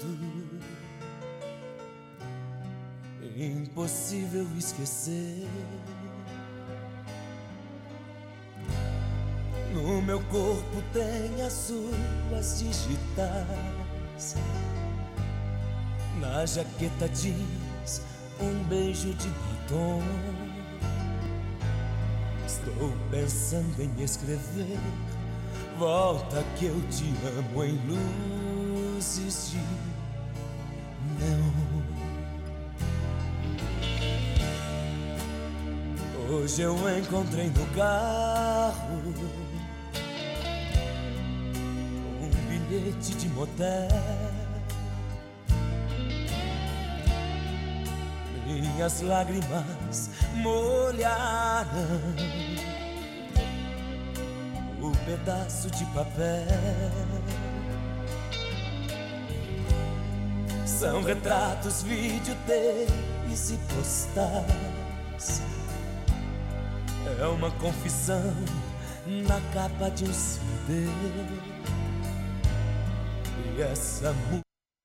impossível esquecer. No meu corpo tem as suas digitais, na jaqueta jeans um beijo de batom. Estou pensando em escrever volta que eu te amo em luzes de neon. Hoje eu encontrei no carro um bilhete de motel. Minhas lágrimas molharam o pedaço de papel. São retratos, videotapes e postais. É uma confissão na capa de um C D. E essa música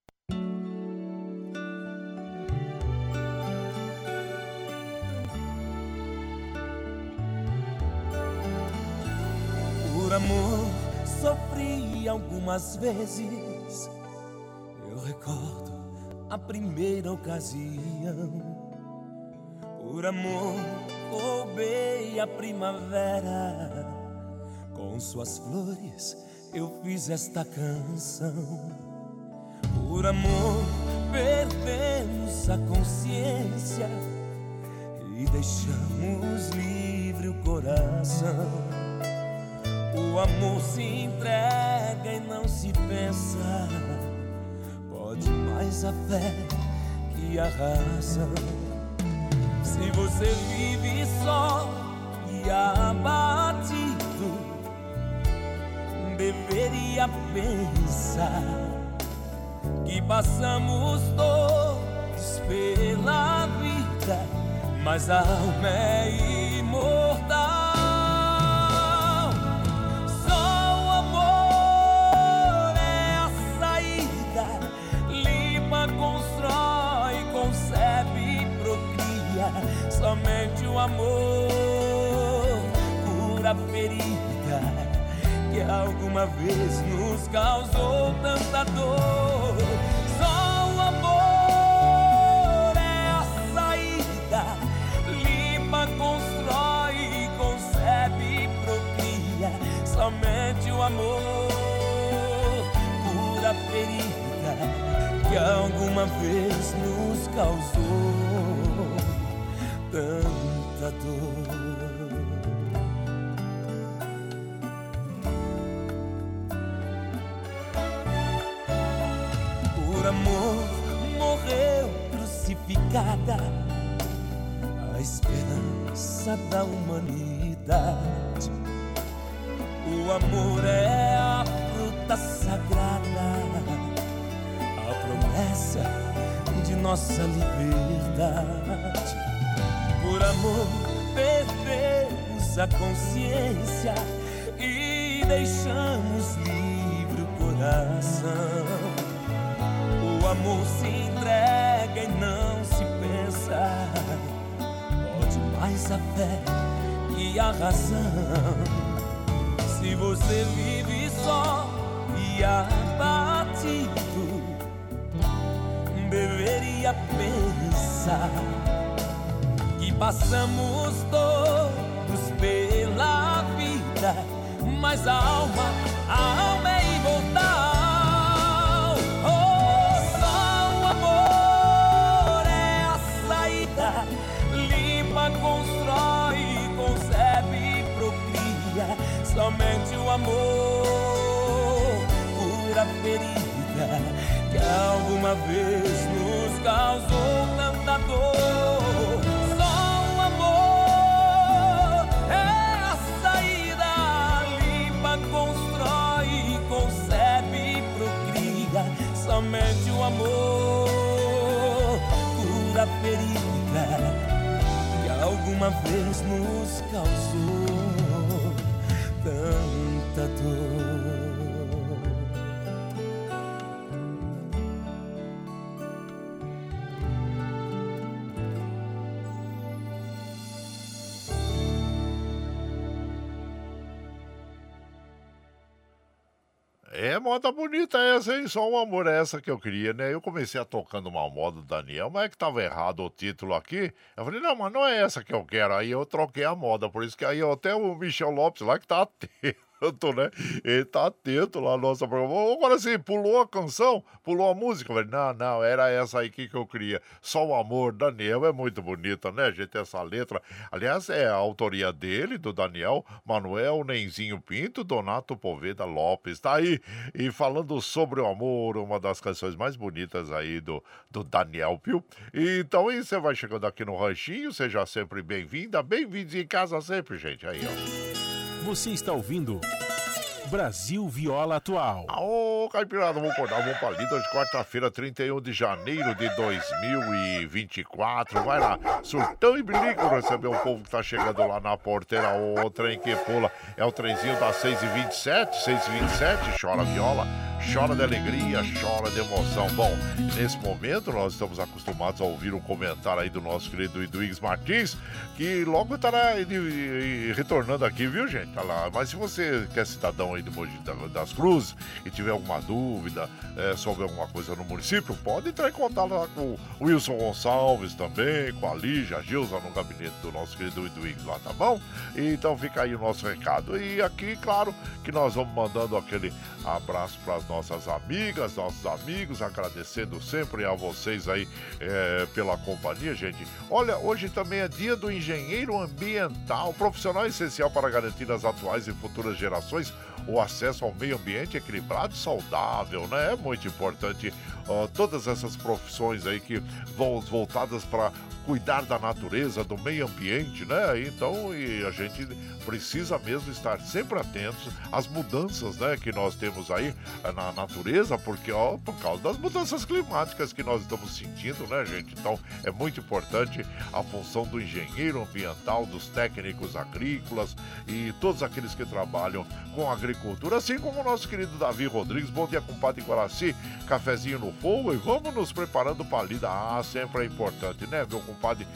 amor, sofri algumas vezes. Eu recordo a primeira ocasião. Por amor, roubei a primavera. Com suas flores, eu fiz esta canção. Por amor, perdemos a consciência e deixamos livre o coração. O amor se entrega e não se pensa. Pode mais a fé que a razão. Se você vive só e abatido, deveria pensar que passamos todos pela vida, mas a alma é imortal. Constrói, concebe e procria. alguma vez nos causou tanta dor. Só o amor é a saída, limpa, constrói, concebe, procria. Somente o amor cura a ferida que alguma vez nos causou tanta dor. Por amor morreu crucificada a esperança da humanidade. O amor é a fruta sagrada, a promessa de nossa liberdade. Por amor perdemos a consciência e deixamos livre o coração. O amor se entrega e não se pensa, pode mais a fé e a razão. Se você vive só e abatido, deveria pensar que passamos todos pela vida, mas a alma, a alma é imortal. Oh, só o amor é a saída, limpa, constrói, concebe, procria. Somente o amor cura a ferida que alguma vez nos causou tanta dor. Só o amor é a saída, limpa, constrói, concebe, procria. Somente o amor cura a ferida que alguma vez nos causou tanta dor.
É moda bonita essa, hein? Só um amor é essa que eu queria, né? Eu comecei a tocando uma moda do Daniel, mas é que tava errado o título aqui. Eu falei, não, mas não é essa que eu quero. Aí eu troquei a moda, por isso que aí até o Michel Lopes lá que tá atento. Né? Ele tá atento lá, nossa programa. Agora sim, pulou a canção, pulou a música. Eu falei, não, não, era essa aí que eu queria. Só o amor, Daniel, é muito bonita, né, gente? Essa letra. Aliás, é a autoria dele, do Daniel Manuel Nenzinho Pinto, Donato Poveda Lopes. Tá aí. E falando sobre o amor, uma das canções mais bonitas aí do, do Daniel, viu? E, então, e você vai chegando aqui no Ranchinho, seja sempre bem-vinda, bem-vindos em casa sempre, gente. Aí, ó.
Você está ouvindo Brasil Viola Atual.
Ô, Caipirada, vamos acordar, vamos pra lida de quarta-feira, trinta e um de janeiro de dois mil e vinte e quatro. Vai lá, surtão e bilico, receber o povo que tá chegando lá na porteira. O trem que pula é o trenzinho das seis e vinte e sete, seis e vinte e sete, chora viola, chora de alegria, chora de emoção. Bom, nesse momento nós estamos acostumados a ouvir um comentário aí do nosso querido Eduígues Martins, que logo estará retornando aqui, viu, gente? Tá lá. Mas se você que é cidadão aí de Mogi das Cruzes e tiver alguma dúvida é, sobre alguma coisa no município, pode entrar em contato lá com o Wilson Gonçalves também, com a Lígia, a Gilza, no gabinete do nosso querido Eduígues lá, tá bom? Então fica aí o nosso recado. E aqui, claro, que nós vamos mandando aquele abraço para as nossas amigas, nossos amigos, agradecendo sempre a vocês aí é, pela companhia, gente. Olha, hoje também é dia do engenheiro ambiental, profissional essencial para garantir as atuais e futuras gerações o acesso ao meio ambiente equilibrado e saudável, né? É muito importante uh, todas essas profissões aí que vão voltadas para cuidar da natureza, do meio ambiente, né? Então, e a gente precisa mesmo estar sempre atentos às mudanças, né, que nós temos aí na natureza, porque, ó, por causa das mudanças climáticas que nós estamos sentindo, né, gente? Então, é muito importante a função do engenheiro ambiental, dos técnicos agrícolas e todos aqueles que trabalham com agricultura agricultura, assim como o nosso querido Davi Rodrigues. Bom dia, compadre Guaraci, cafezinho no fogo e vamos nos preparando para a lida. Ah, sempre é importante, né, meu compadre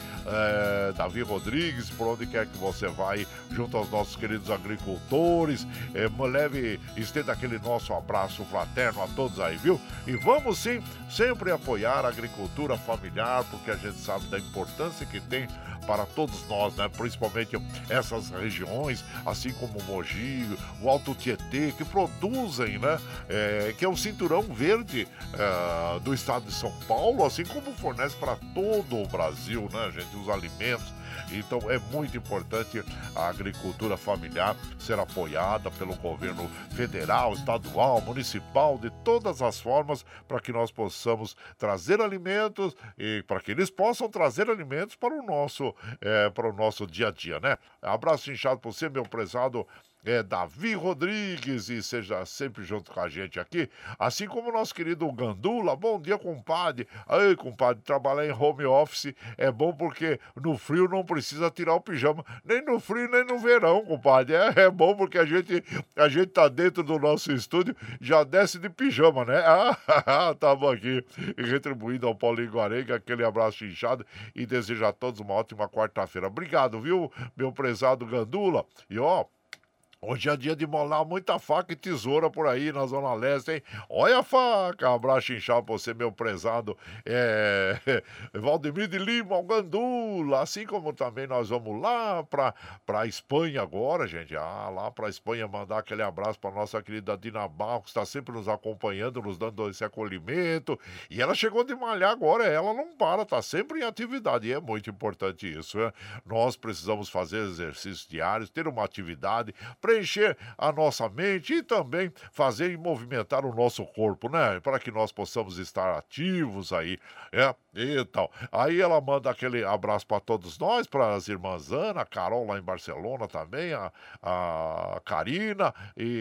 é, Davi Rodrigues, por onde quer que você vai, junto aos nossos queridos agricultores, é, leve, estenda aquele nosso abraço fraterno a todos aí, viu? E vamos sim, sempre apoiar a agricultura familiar, porque a gente sabe da importância que tem para todos nós, né? Principalmente essas regiões, assim como o Mogi, o Alto Tietê, que produzem, né? É, que é o cinturão verde é, do estado de São Paulo, assim como fornece para todo o Brasil, né, gente? Os alimentos. Então é muito importante a agricultura familiar ser apoiada pelo governo federal, estadual, municipal, de todas as formas, para que nós possamos trazer alimentos e para que eles possam trazer alimentos para o nosso, é, para o nosso dia a dia, né? Abraço inchado para você, meu prezado é Davi Rodrigues, e seja sempre junto com a gente aqui, assim como o nosso querido Gandula. Bom dia, compadre. Aí, compadre, trabalhar em home office é bom porque no frio não precisa tirar o pijama, nem no frio nem no verão, compadre. É, é bom porque a gente, a gente tá dentro do nosso estúdio, já desce de pijama, né? Ah, tamo aqui retribuindo ao Paulinho Guarenga, aquele abraço inchado e desejo a todos uma ótima quarta-feira. Obrigado, viu, meu prezado Gandula. E ó, hoje é dia de molar muita faca e tesoura por aí na Zona Leste, hein? Olha a faca! Abraço inchado pra você, meu prezado é... Valdemir de Lima, o Gandula. Assim como também nós vamos lá pra, pra Espanha agora, gente. Ah, lá pra Espanha mandar aquele abraço pra nossa querida Dina Barros, que está sempre nos acompanhando, nos dando esse acolhimento. E ela chegou de malhar agora, ela não para, tá sempre em atividade. E é muito importante isso, né? Nós precisamos fazer exercícios diários, ter uma atividade, preencher a nossa mente e também fazer e movimentar o nosso corpo, né? Para que nós possamos estar ativos aí, é, e tal. Aí ela manda aquele abraço para todos nós, para as irmãs Ana, a Carol lá em Barcelona também, a, a Karina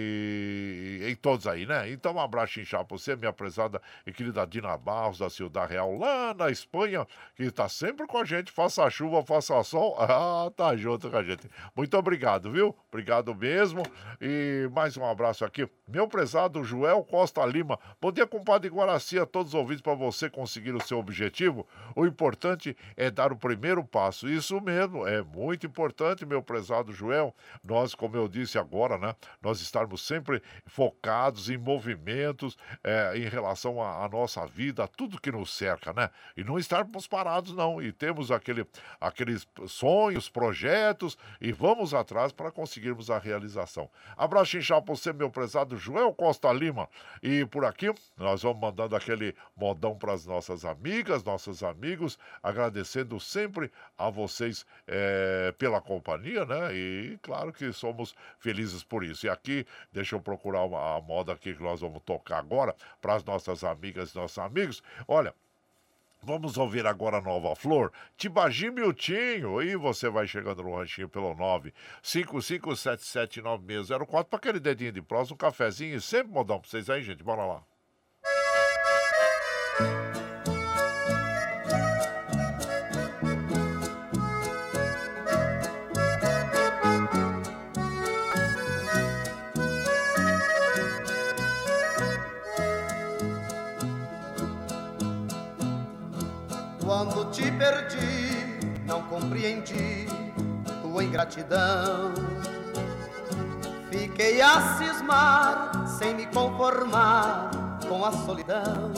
e, e todos aí, né? Então um abraço inchado para você, minha prezada e querida Dina Barros, da Ciudad Real, lá na Espanha, que está sempre com a gente, faça chuva, faça sol, ah, tá junto com a gente. Muito obrigado, viu? Obrigado mesmo. Mesmo. E mais um abraço aqui, meu prezado Joel Costa Lima. Bom dia, compadre Guaraci, a todos os ouvintes. Para você conseguir o seu objetivo, o importante é dar o primeiro passo. Isso mesmo, é muito importante, meu prezado Joel. Nós, como eu disse agora, né, nós estarmos sempre focados em movimentos é, em relação à nossa vida, a tudo que nos cerca, né? E não estarmos parados, não. E temos aquele, aqueles sonhos, projetos, e vamos atrás para conseguirmos a realização. Abraço inchado para você, meu prezado Joel Costa Lima. E por aqui, nós vamos mandando aquele modão para as nossas amigas, nossos amigos, agradecendo sempre a vocês é, pela companhia, né? E claro que somos felizes por isso. E aqui, deixa eu procurar uma, a moda aqui que nós vamos tocar agora para as nossas amigas e nossos amigos. Olha, vamos ouvir agora a Nova Flor, Tibagi Miltinho, e você vai chegando no ranchinho pelo nove cinco cinco sete sete nove seis zero quatro para aquele dedinho de prosa, um cafezinho e sempre modão para vocês aí, gente, bora lá.
Quando te perdi, não compreendi tua ingratidão. Fiquei a cismar, sem me conformar com a solidão.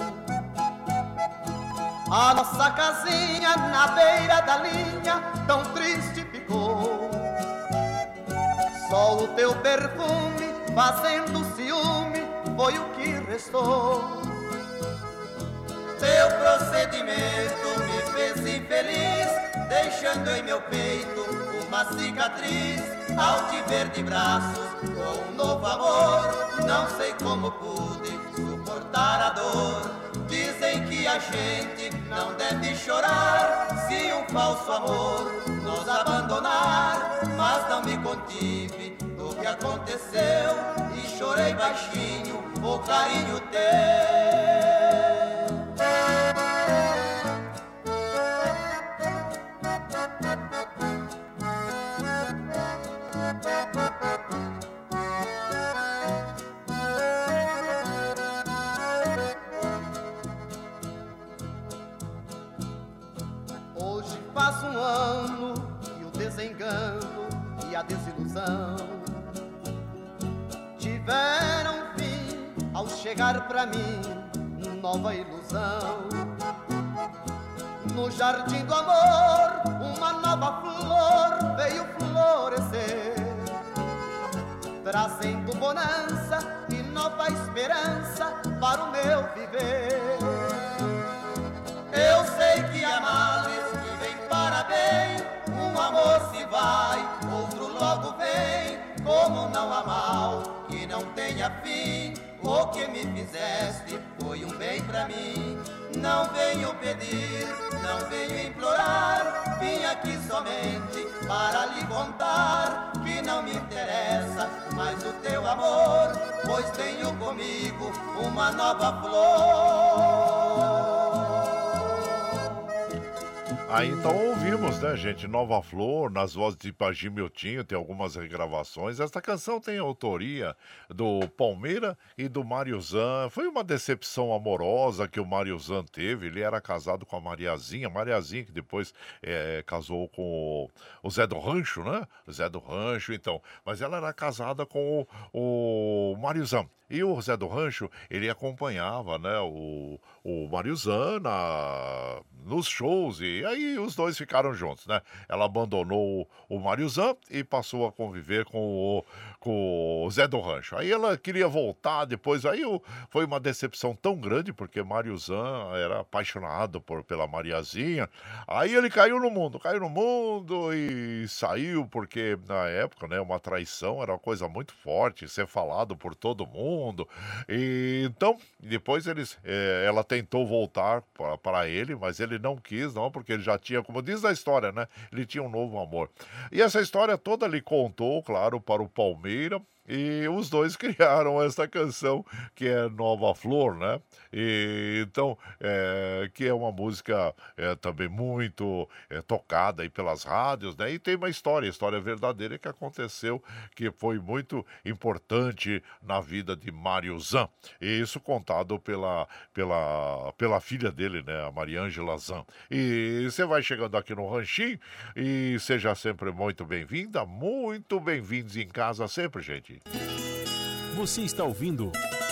A nossa casinha na beira da linha tão triste ficou. Só o teu perfume fazendo ciúme foi o que restou.
Teu procedimento me fez infeliz, deixando em meu peito uma cicatriz. Ao te ver de braços com um novo amor, não sei como pude suportar a dor. Dizem que a gente não deve chorar se um falso amor nos abandonar. Mas não me contive do que aconteceu e chorei baixinho o carinho teu.
Passa um ano e o desengano e a desilusão tiveram fim ao chegar pra mim nova ilusão. No jardim do amor uma nova flor veio florescer, trazendo bonança e nova esperança para o meu viver. Eu sei que há males que vem para bem, um amor se vai, outro logo vem. Como não há mal que não tenha fim, o que me fizeste foi um bem pra mim. Não venho pedir, não venho implorar, vim aqui somente para lhe contar que não me interessa mais o teu amor, pois tenho comigo uma nova flor.
Aí então ouvimos, né, gente? Nova Flor, nas vozes de Pagi Miltinho, tem algumas regravações. Esta canção tem autoria do Palmeira e do Mário Zan. Foi uma decepção amorosa que o Mário Zan teve. Ele era casado com a Mariazinha, Mariazinha que depois é, casou com o, o Zé do Rancho, né? O Zé do Rancho, então. Mas ela era casada com o, o Mário Zan. E o Zé do Rancho, ele acompanhava, né, o, o Mário Zan na, nos shows, e aí os dois ficaram juntos, né? Ela abandonou o, o Mário Zan e passou a conviver com o, com o Zé do Rancho. Aí ela queria voltar depois, aí o, foi uma decepção tão grande, porque Mário Zan era apaixonado por, pela Mariazinha. Aí ele caiu no mundo, caiu no mundo e saiu, porque na época, né, uma traição era uma coisa muito forte, ser falado por todo mundo. E então, depois eles, eh, ela tentou voltar para ele, mas ele não quis, não, porque ele já tinha, como diz a história, né? Ele tinha um novo amor. E essa história toda ele contou, claro, para o Palmeira. E os dois criaram essa canção que é Nova Flor, né? E, então, é, que é uma música é, também muito é, tocada aí pelas rádios, né? E tem uma história, história verdadeira que aconteceu, que foi muito importante na vida de Mário Zan. E isso contado pela, pela, pela filha dele, né? A Mariângela Zan. E você vai chegando aqui no Ranchinho e seja sempre muito bem-vinda, muito bem-vindos em casa sempre, gente.
Você está ouvindo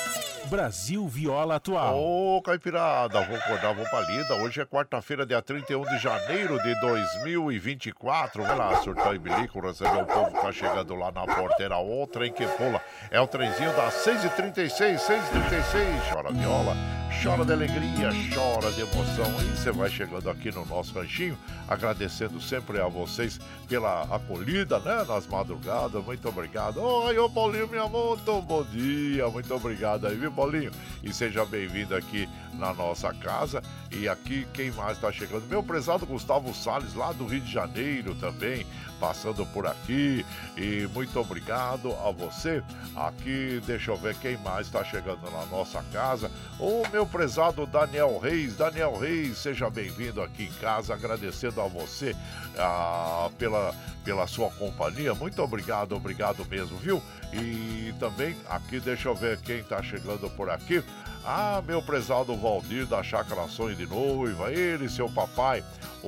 Brasil Viola Atual.
Ô, Caipirada, vou acordar, vou pra lida. Hoje é quarta-feira, dia trinta e um de janeiro de dois mil e vinte e quatro. Vai lá, surtar e bilico, receber o povo que tá chegando lá na porteira. O trem que pula é o trenzinho das seis e trinta e seis, seis e trinta e seis. Chora viola, chora de alegria, chora de emoção. E você vai chegando aqui no nosso ranchinho, agradecendo sempre a vocês pela acolhida, né, nas madrugadas. Muito obrigado. Oi, ô Paulinho, minha muito bom dia. Muito obrigado aí, viu, Paulinho? E seja bem-vindo aqui na nossa casa. E aqui quem mais está chegando? Meu prezado Gustavo Salles, lá do Rio de Janeiro também, passando por aqui. E muito obrigado a você. Aqui, deixa eu ver quem mais está chegando na nossa casa. O meu prezado Daniel Reis. Daniel Reis, seja bem-vindo aqui em casa, agradecendo a você ah, pela, pela sua companhia. Muito obrigado, obrigado mesmo, viu? E também aqui, deixa eu ver quem está chegando por aqui. Ah, meu prezado Valdir da Chácara Sonho de Noiva, ele, seu papai,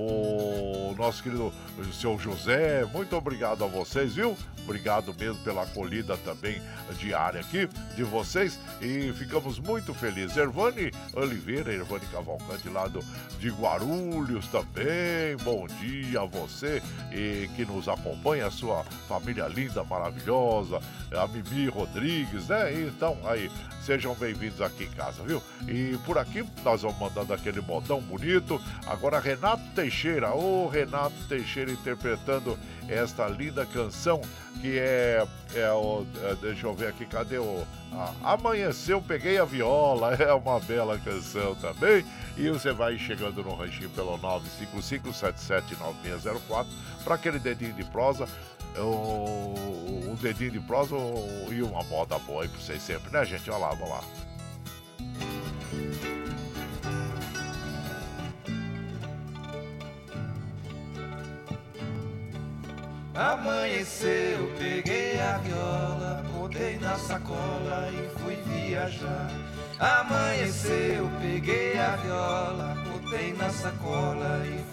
o nosso querido seu José, muito obrigado a vocês, viu? Obrigado mesmo pela acolhida também diária aqui de vocês e ficamos muito felizes. Ervane Oliveira, Ervane Cavalcante lá do, de Guarulhos também, bom dia a você e que nos acompanha, a sua família linda, maravilhosa, a Mimi Rodrigues, né? Então, aí, sejam bem-vindos aqui em casa, viu? E por aqui nós vamos mandando aquele modão bonito. Agora Renato Teixeira, ô Renato Teixeira interpretando esta linda canção que é, é o, é, deixa eu ver aqui, cadê o a, Amanheceu, Peguei a Viola, é uma bela canção também. E você vai chegando no ranchinho pelo nove cinco cinco, sete sete nove seis zero quatro para aquele dedinho de prosa. O, um dedinho de prosa e uma moda boa aí pra vocês sempre, né, gente? Olha lá, vamos lá.
Amanheceu, peguei a viola, botei na sacola e fui viajar. Amanheceu, peguei a viola, botei na sacola e fui viajar.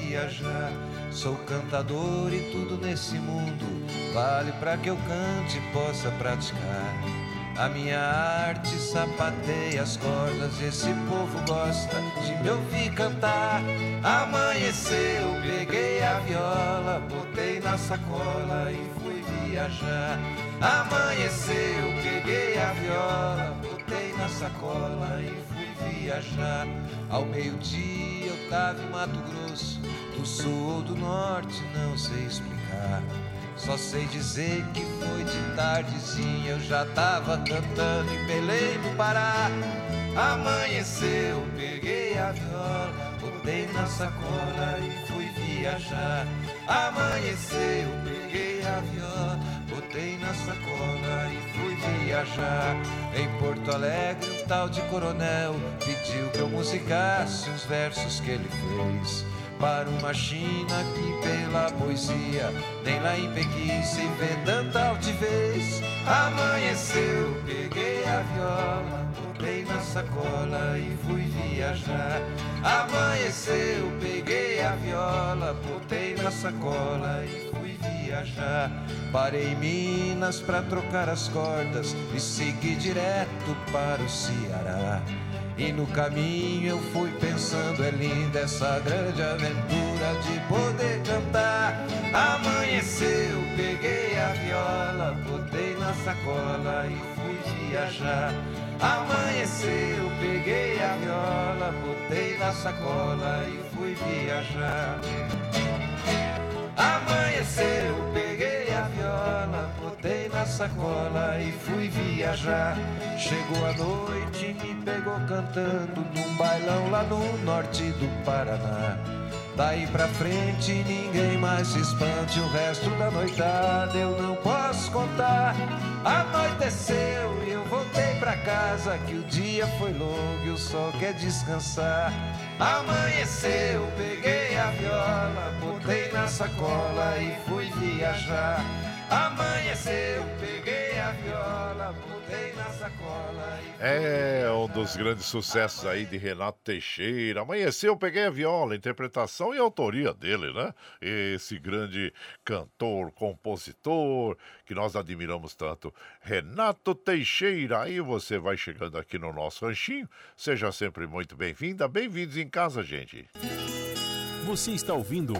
viajar. Sou cantador e tudo nesse mundo vale pra que eu cante e possa praticar. A minha arte sapateia as cordas, esse povo gosta de me ouvir cantar. Amanheceu, peguei a viola, botei na sacola e fui viajar. Amanheceu, peguei a viola, botei na sacola e fui viajar. Ao meio-dia eu tava em Mato Grosso, do sul ou do norte, não sei explicar. Só sei dizer que foi de tardezinha, eu já tava cantando em Belém do Pará. Amanheceu, peguei a viola, botei na sacola e fui viajar. Amanheceu, peguei a viola, botei na sacola e fui viajar. Em Porto Alegre um tal de coronel pediu que eu musicasse uns versos que ele fez para uma China que pela poesia nem lá em Pequim se vê tanta altivez. Amanheceu, peguei a viola, botei na sacola e fui viajar. Amanheceu, peguei a viola, botei na sacola e fui viajar. Parei em Minas pra trocar as cordas e segui direto para o Ceará. E no caminho eu fui pensando, é linda essa grande aventura de poder cantar. Amanheceu, peguei a viola, botei na sacola e fui viajar. Amanheceu, peguei a viola, botei na sacola e fui viajar. Amanheceu, peguei a viola, botei na sacola e fui viajar. Chegou a noite e me pegou cantando num bailão lá no norte do Paraná. Daí pra frente ninguém mais se espante, o resto da noitada eu não posso contar. Anoiteceu e eu voltei pra casa, que o dia foi longo e o sol quer descansar. Amanheceu, peguei a viola, botei na sacola e fui viajar. Amanheceu, peguei a viola, botei na sacola e...
É um dos grandes sucessos aí de Renato Teixeira. Amanheceu, peguei a viola, interpretação e autoria dele, né? Esse grande cantor, compositor, que nós admiramos tanto, Renato Teixeira. Aí você vai chegando aqui no nosso ranchinho, seja sempre muito bem-vinda, bem-vindos em casa, gente.
Você está ouvindo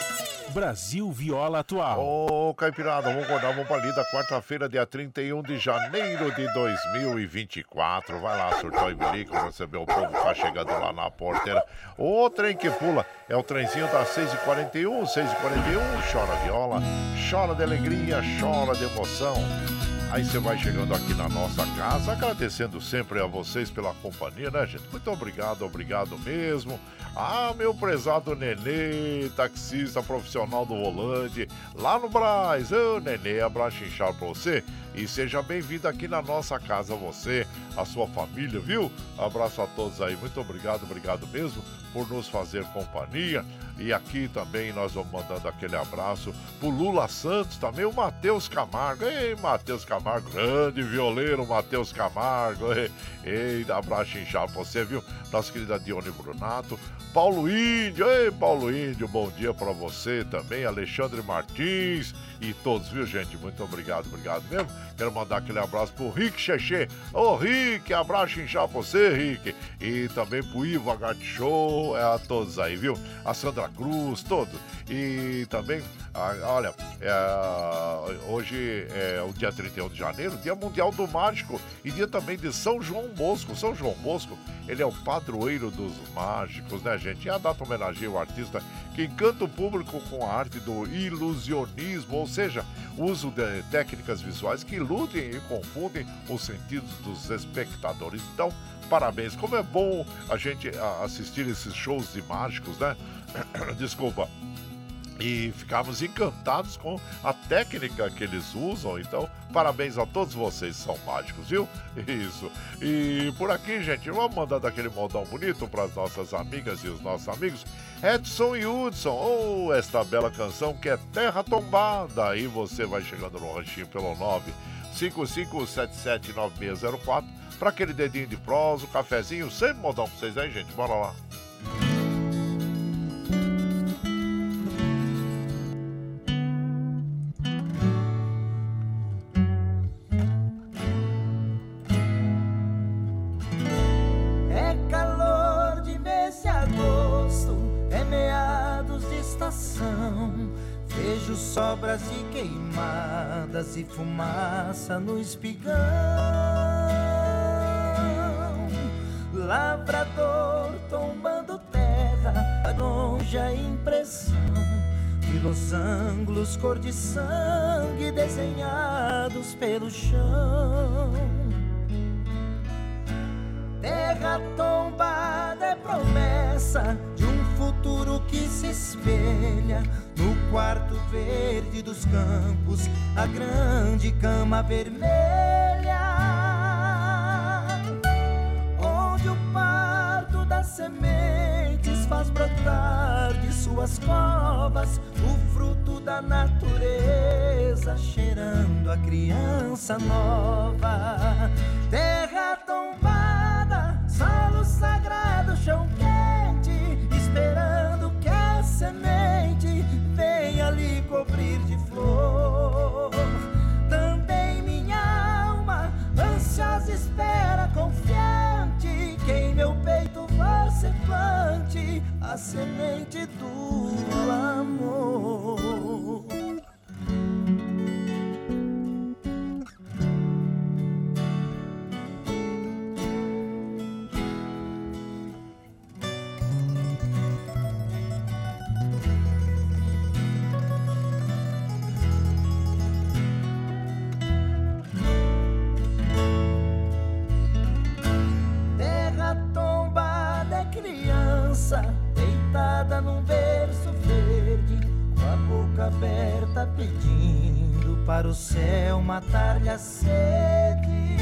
Brasil Viola Atual.
Ô, oh, Caipirada, vamos acordar, vamos pra lida, quarta-feira, dia trinta e um de janeiro de dois mil e vinte e quatro. Vai lá, surtou e bilico, receber o povo que tá chegando lá na porteira. O trem que pula é o trenzinho das seis e quarenta e um, seis e quarenta e um, chora viola, chora de alegria, chora de emoção. Aí você vai chegando aqui na nossa casa, agradecendo sempre a vocês pela companhia, né, gente? Muito obrigado, obrigado mesmo. Ah, meu prezado Nenê, taxista profissional do volante, lá no Brás. Ô, Nenê, abraço inchado pra você. E seja bem-vindo aqui na nossa casa, você, a sua família, viu? Abraço a todos aí, muito obrigado, obrigado mesmo por nos fazer companhia. E aqui também nós vamos mandando aquele abraço pro Lula Santos, também o Matheus Camargo. Ei, Matheus Camargo, grande violeiro, Matheus Camargo. Ei, ei, abraço inchado pra você, viu? Nossa querida Dione Brunato, Paulo Índio, ei, Paulo Índio, bom dia pra você também, Alexandre Martins e todos, viu, gente? Muito obrigado, obrigado mesmo. Quero mandar aquele abraço pro Rick Xexê. Ô, Rick, abraço inchado pra você, Rick. E também pro Ivo Agarte Show, é, a todos aí, viu? A Sandra Cruz, todos. E também, ah, olha, é, hoje é o dia trinta e um de janeiro, Dia Mundial do Mágico e dia também de São João Bosco. São João Bosco, ele é o padroeiro dos mágicos, né, gente? E a data homenageia o artista que encanta o público com a arte do ilusionismo, ou seja, uso de técnicas visuais que iludem e confundem os sentidos dos espectadores. Então, parabéns. Como é bom a gente assistir esses shows de mágicos, né? Desculpa. E ficamos encantados com a técnica que eles usam. Então, parabéns a todos vocês, são mágicos, viu? Isso. E por aqui, gente, vamos mandando aquele modão bonito para as nossas amigas e os nossos amigos. Edson e Hudson, ou oh, esta bela canção que é Terra Tombada. Aí você vai chegando no ranchinho pelo nove cinco cinco sete sete nove seis zero quatro para aquele dedinho de prosa, um cafezinho, sempre modão para vocês aí, gente. Bora lá.
coração. Vejo sobras de queimadas e fumaça no espigão. Lavrador tombando terra, longe a impressão de losangos cor de sangue desenhados pelo chão. Terra tombada é promessa de um futuro que se espelha no quarto verde dos campos, a grande cama vermelha, onde o parto das sementes faz brotar de suas covas o fruto da natureza, cheirando a criança nova. Terra tombada, solo sagrado, chão quente, esperando que a semente venha lhe cobrir de flor. Também minha alma, ansiosa espera, confiante, que em meu peito você plante a semente do amor. Deitada num berço verde, com a boca aberta pedindo para o céu matar-lhe a sede.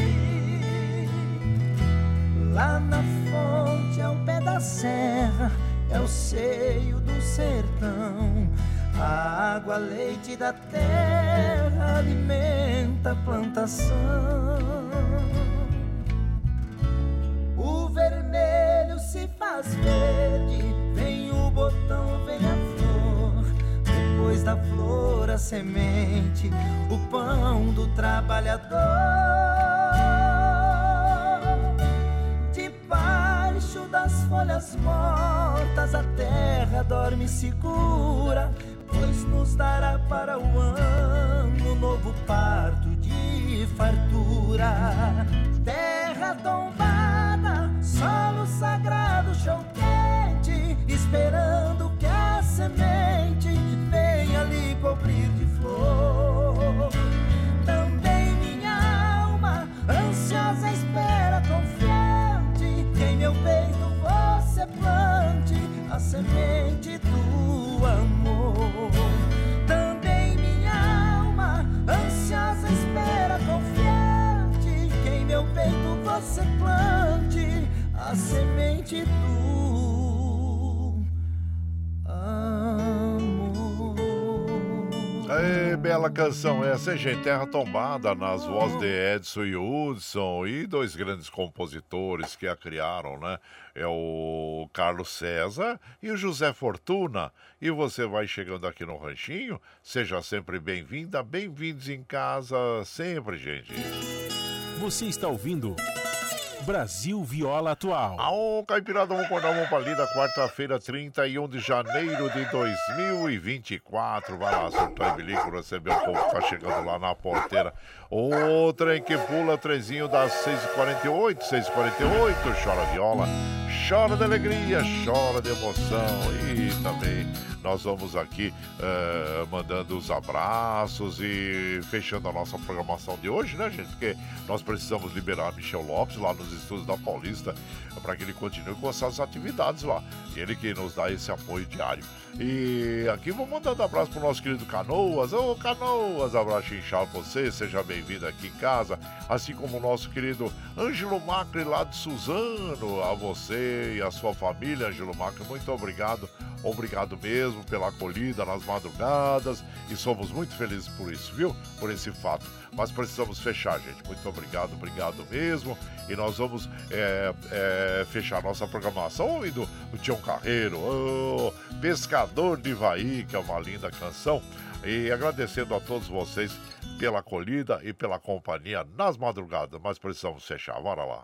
Lá na fonte ao pé da serra é o seio do sertão. A água, leite da terra alimenta a plantação. O vermelho se faz verde, vem o botão, vem a flor. Depois da flor a semente, o pão do trabalhador. Debaixo das folhas mortas a terra dorme segura, pois nos dará para o ano novo parto de fartura. Terra tombada, solo sagrado, chão quente, esperando que a semente venha lhe cobrir de flor. Também minha alma, ansiosa espera, confiante, que em meu peito você plante a semente do amor. Também minha alma, ansiosa espera, confiante, que em meu peito você plante a semente do amor.
Aê, bela canção essa, hein, gente? Terra Tombada, nas vozes de Edson e Hudson, e dois grandes compositores que a criaram, né? É o Carlos César e o José Fortuna. E você vai chegando aqui no Ranchinho, seja sempre bem-vinda, bem-vindos em casa sempre, gente.
Você está ouvindo Brasil Viola Atual.
Aô, Caipirada, vamos acordar, vamos pra lida, quarta-feira, trinta e um de janeiro de dois mil e vinte e quatro. Vai lá, surtar e bilico, receber o povo que tá chegando lá na porteira. O trem que pula, trenzinho das seis e quarenta e oito, seis e quarenta e oito, chora viola, chora de alegria, chora de emoção. E também nós vamos aqui uh, mandando os abraços e fechando a nossa programação de hoje, né, gente? Porque nós precisamos liberar Michel Lopes lá nos estúdios da Paulista para que ele continue com essas atividades lá. Ele que nos dá esse apoio diário. E aqui vou mandando abraço pro nosso querido Canoas. Ô, Canoas, abraço inchado pra você, seja bem-vindo aqui em casa. Assim como o nosso querido Ângelo Macri lá de Suzano. A você e a sua família, Ângelo Macri, muito obrigado. Obrigado mesmo pela acolhida nas madrugadas e somos muito felizes por isso, viu? Por esse fato. Mas precisamos fechar, gente. Muito obrigado, obrigado mesmo. E nós vamos é, é, fechar nossa programação ouvindo o Tião Carreiro, oh, Pescador de Ivaí, que é uma linda canção. E agradecendo a todos vocês pela acolhida e pela companhia nas madrugadas. Mas precisamos fechar, bora lá.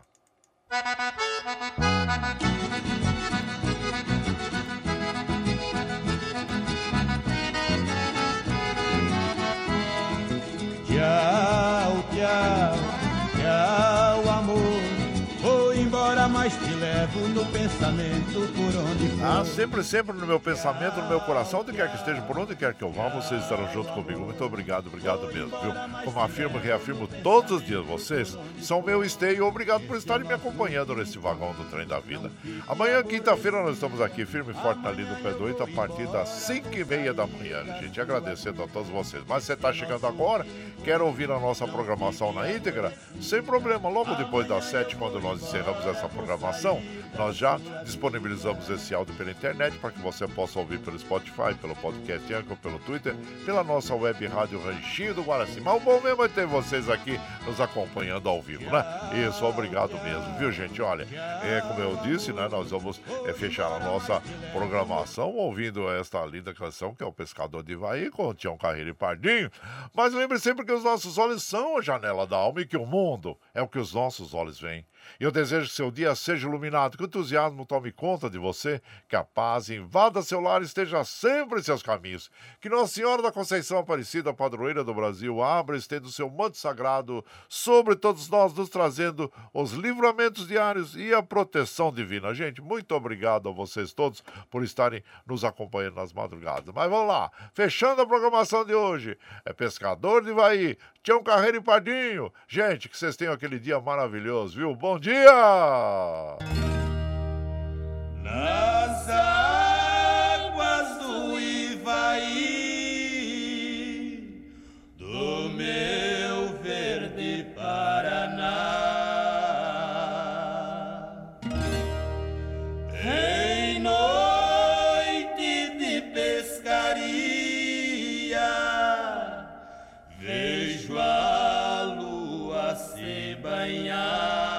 levo no pensamento por onde for.
Ah, sempre, sempre no meu pensamento, no meu coração, onde quer que esteja, por onde quer que eu vá, vocês estarão junto comigo. Muito obrigado, obrigado mesmo, viu? Como afirmo e reafirmo todos os dias, vocês são meu esteio. Obrigado por estarem me acompanhando nesse vagão do trem da vida. Amanhã, quinta-feira, nós estamos aqui firme e forte na linha do Pé do Oito a partir das cinco e meia da manhã, gente. Agradecendo a todos vocês. Mas você está chegando agora, quer ouvir a nossa programação na íntegra? Sem problema, logo depois das sete, quando nós encerramos essa programação, nós já disponibilizamos esse áudio pela internet para que você possa ouvir pelo Spotify, pelo podcast Anchor, pelo Twitter, pela nossa web rádio Ranchinho do Guaraci. Mas o bom mesmo é ter vocês aqui nos acompanhando ao vivo, né? Isso, obrigado mesmo, viu, gente? Olha, é, como eu disse, né, nós vamos é, fechar a nossa programação ouvindo esta linda canção que é o Pescador de Ivaí, com o Tião Carreiro e Pardinho. Mas lembre sempre que os nossos olhos são a janela da alma e que o mundo é o que os nossos olhos veem. Eu desejo que seu dia seja iluminado, que o entusiasmo tome conta de você, que a paz invada seu lar e esteja sempre em seus caminhos. Que Nossa Senhora da Conceição Aparecida, padroeira do Brasil, abra e estenda o seu manto sagrado sobre todos nós, nos trazendo os livramentos diários e a proteção divina. Gente, muito obrigado a vocês todos por estarem nos acompanhando nas madrugadas. Mas vamos lá, fechando a programação de hoje, é Pescador de Ivaí, Tião Carreiro e Pardinho. Gente, que vocês tenham aquele dia maravilhoso, viu? Bom dia!
Nas águas do Ivaí, do meu verde Paraná, em noite de pescaria, vejo a lua se banhar.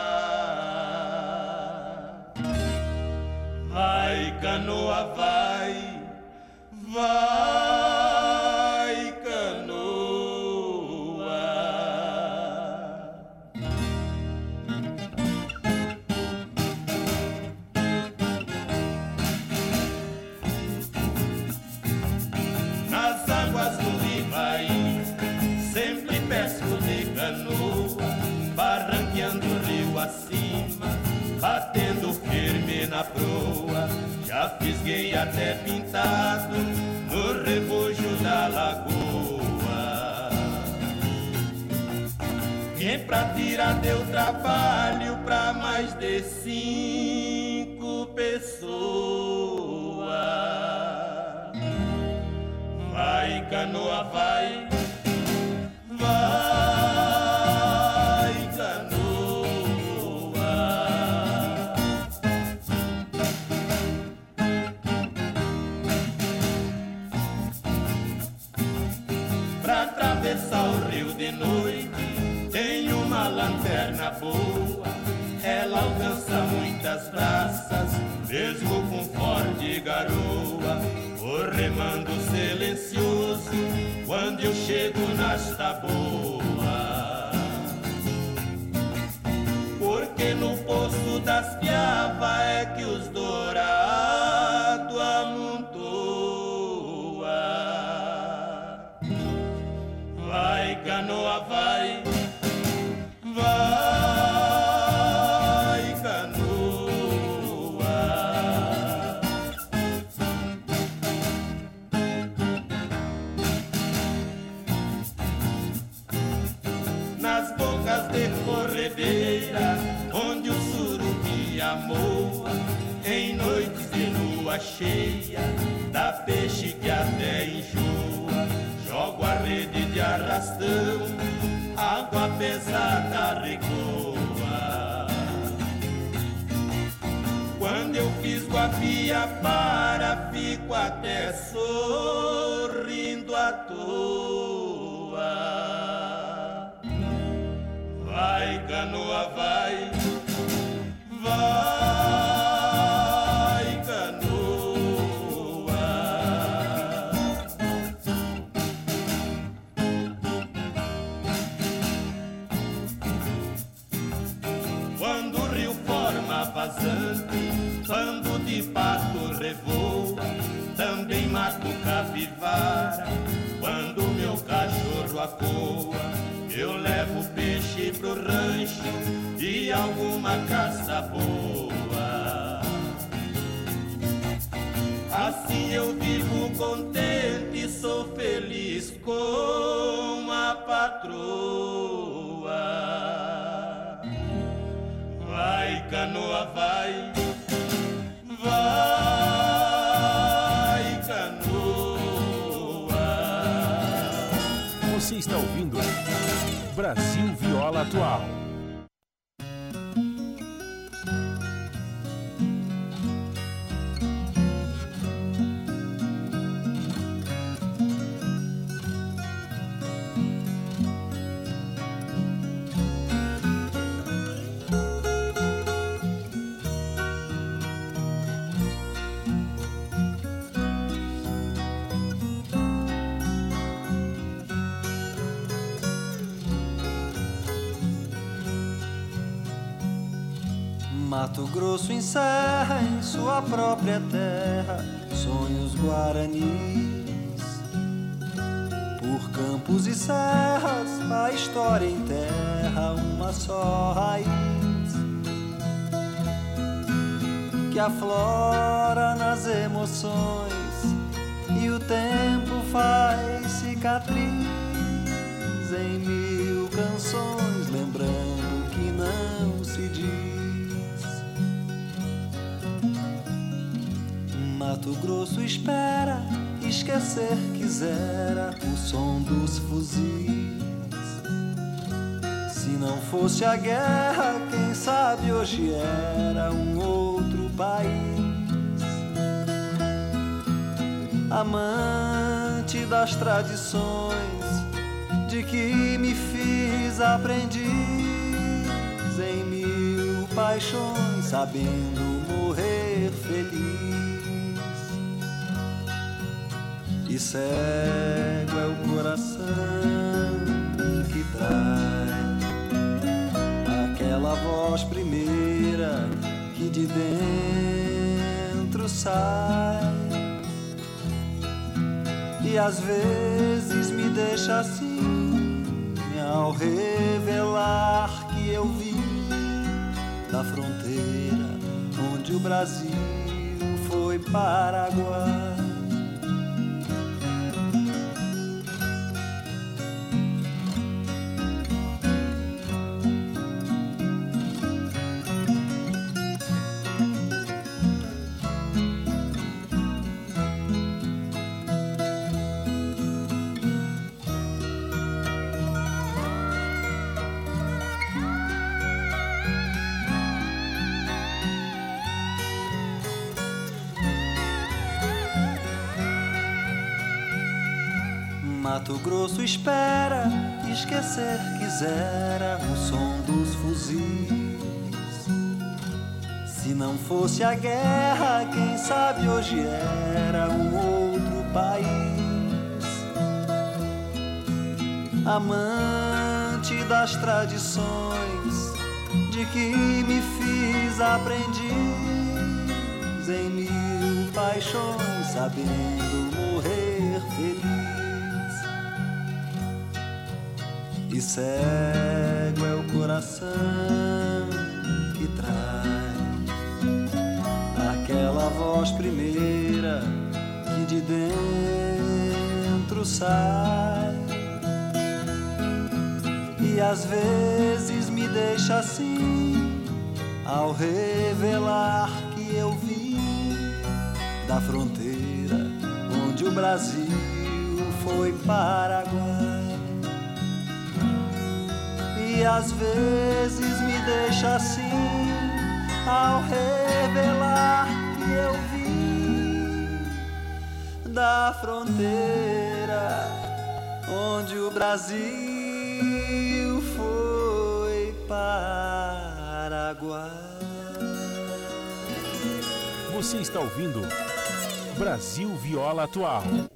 Vai, canoa, vai, vai, canoa. Nas águas do Ivaí, sempre pesco de canoa, barranqueando o rio acima, batendo firme na proa. Já fisguei até pintado no rebujo da lagoa. Quem pra tirar deu trabalho pra mais de cinco pessoas. Vai, canoa, vai, vai. Atravessar o rio de noite, tem uma lanterna boa, ela alcança muitas braças, mesmo com forte garoa. O remando silencioso, quando eu chego nas taboas, porque no poço das piavas é que os dourados amontoa. Vai, canoa, vai, vai, canoa. Nas bocas de corredeira, onde o surubim amoa, em noites de lua cheia, dá peixe que até enjoa. Jogo a rede de arrastão, água pesada recoa. Quando eu fisgo a pia para, fico até sorrindo à toa. Vai, canoa, vai, vai, canoa. Quando o rio forma vazante, bando de pato revoa, também mato capivara. Quando meu cachorro acoa, eu levo peixe pro rancho de alguma caça boa.
Assim eu vivo contente, sou feliz com a patroa. Vai, canoa, vai, vai, canoa.
Você está ouvindo Brasil Viola Atual.
Mato Grosso encerra em sua própria terra sonhos guaranis. Por campos e serras a história enterra uma só raiz que aflora nas emoções e o tempo faz cicatriz em mil canções, lembrando que não se diz. Mato Grosso espera, esquecer quisera o som dos fuzis. Se não fosse a guerra, quem sabe hoje era um outro país. Amante das tradições, de que me fiz aprendiz em mil paixões, sabendo morrer feliz. E cego é o coração que traz aquela voz primeira que de dentro sai e às vezes me deixa assim ao revelar que eu vim da fronteira onde o Brasil foi Paraguai. Mato Grosso espera, esquecer quisera o som dos fuzis. Se não fosse a guerra, quem sabe hoje era um outro país. Amante das tradições, de que me fiz aprendiz em mil paixões, sabendo morrer feliz. E cego é o coração que traz aquela voz primeira que de dentro sai e às vezes me deixa assim ao revelar que eu vim da fronteira onde o Brasil foi Paraguai. E às vezes me deixa assim ao revelar que eu vim da fronteira onde o Brasil foi Paraguai.
Você está ouvindo Brasil Viola Atual.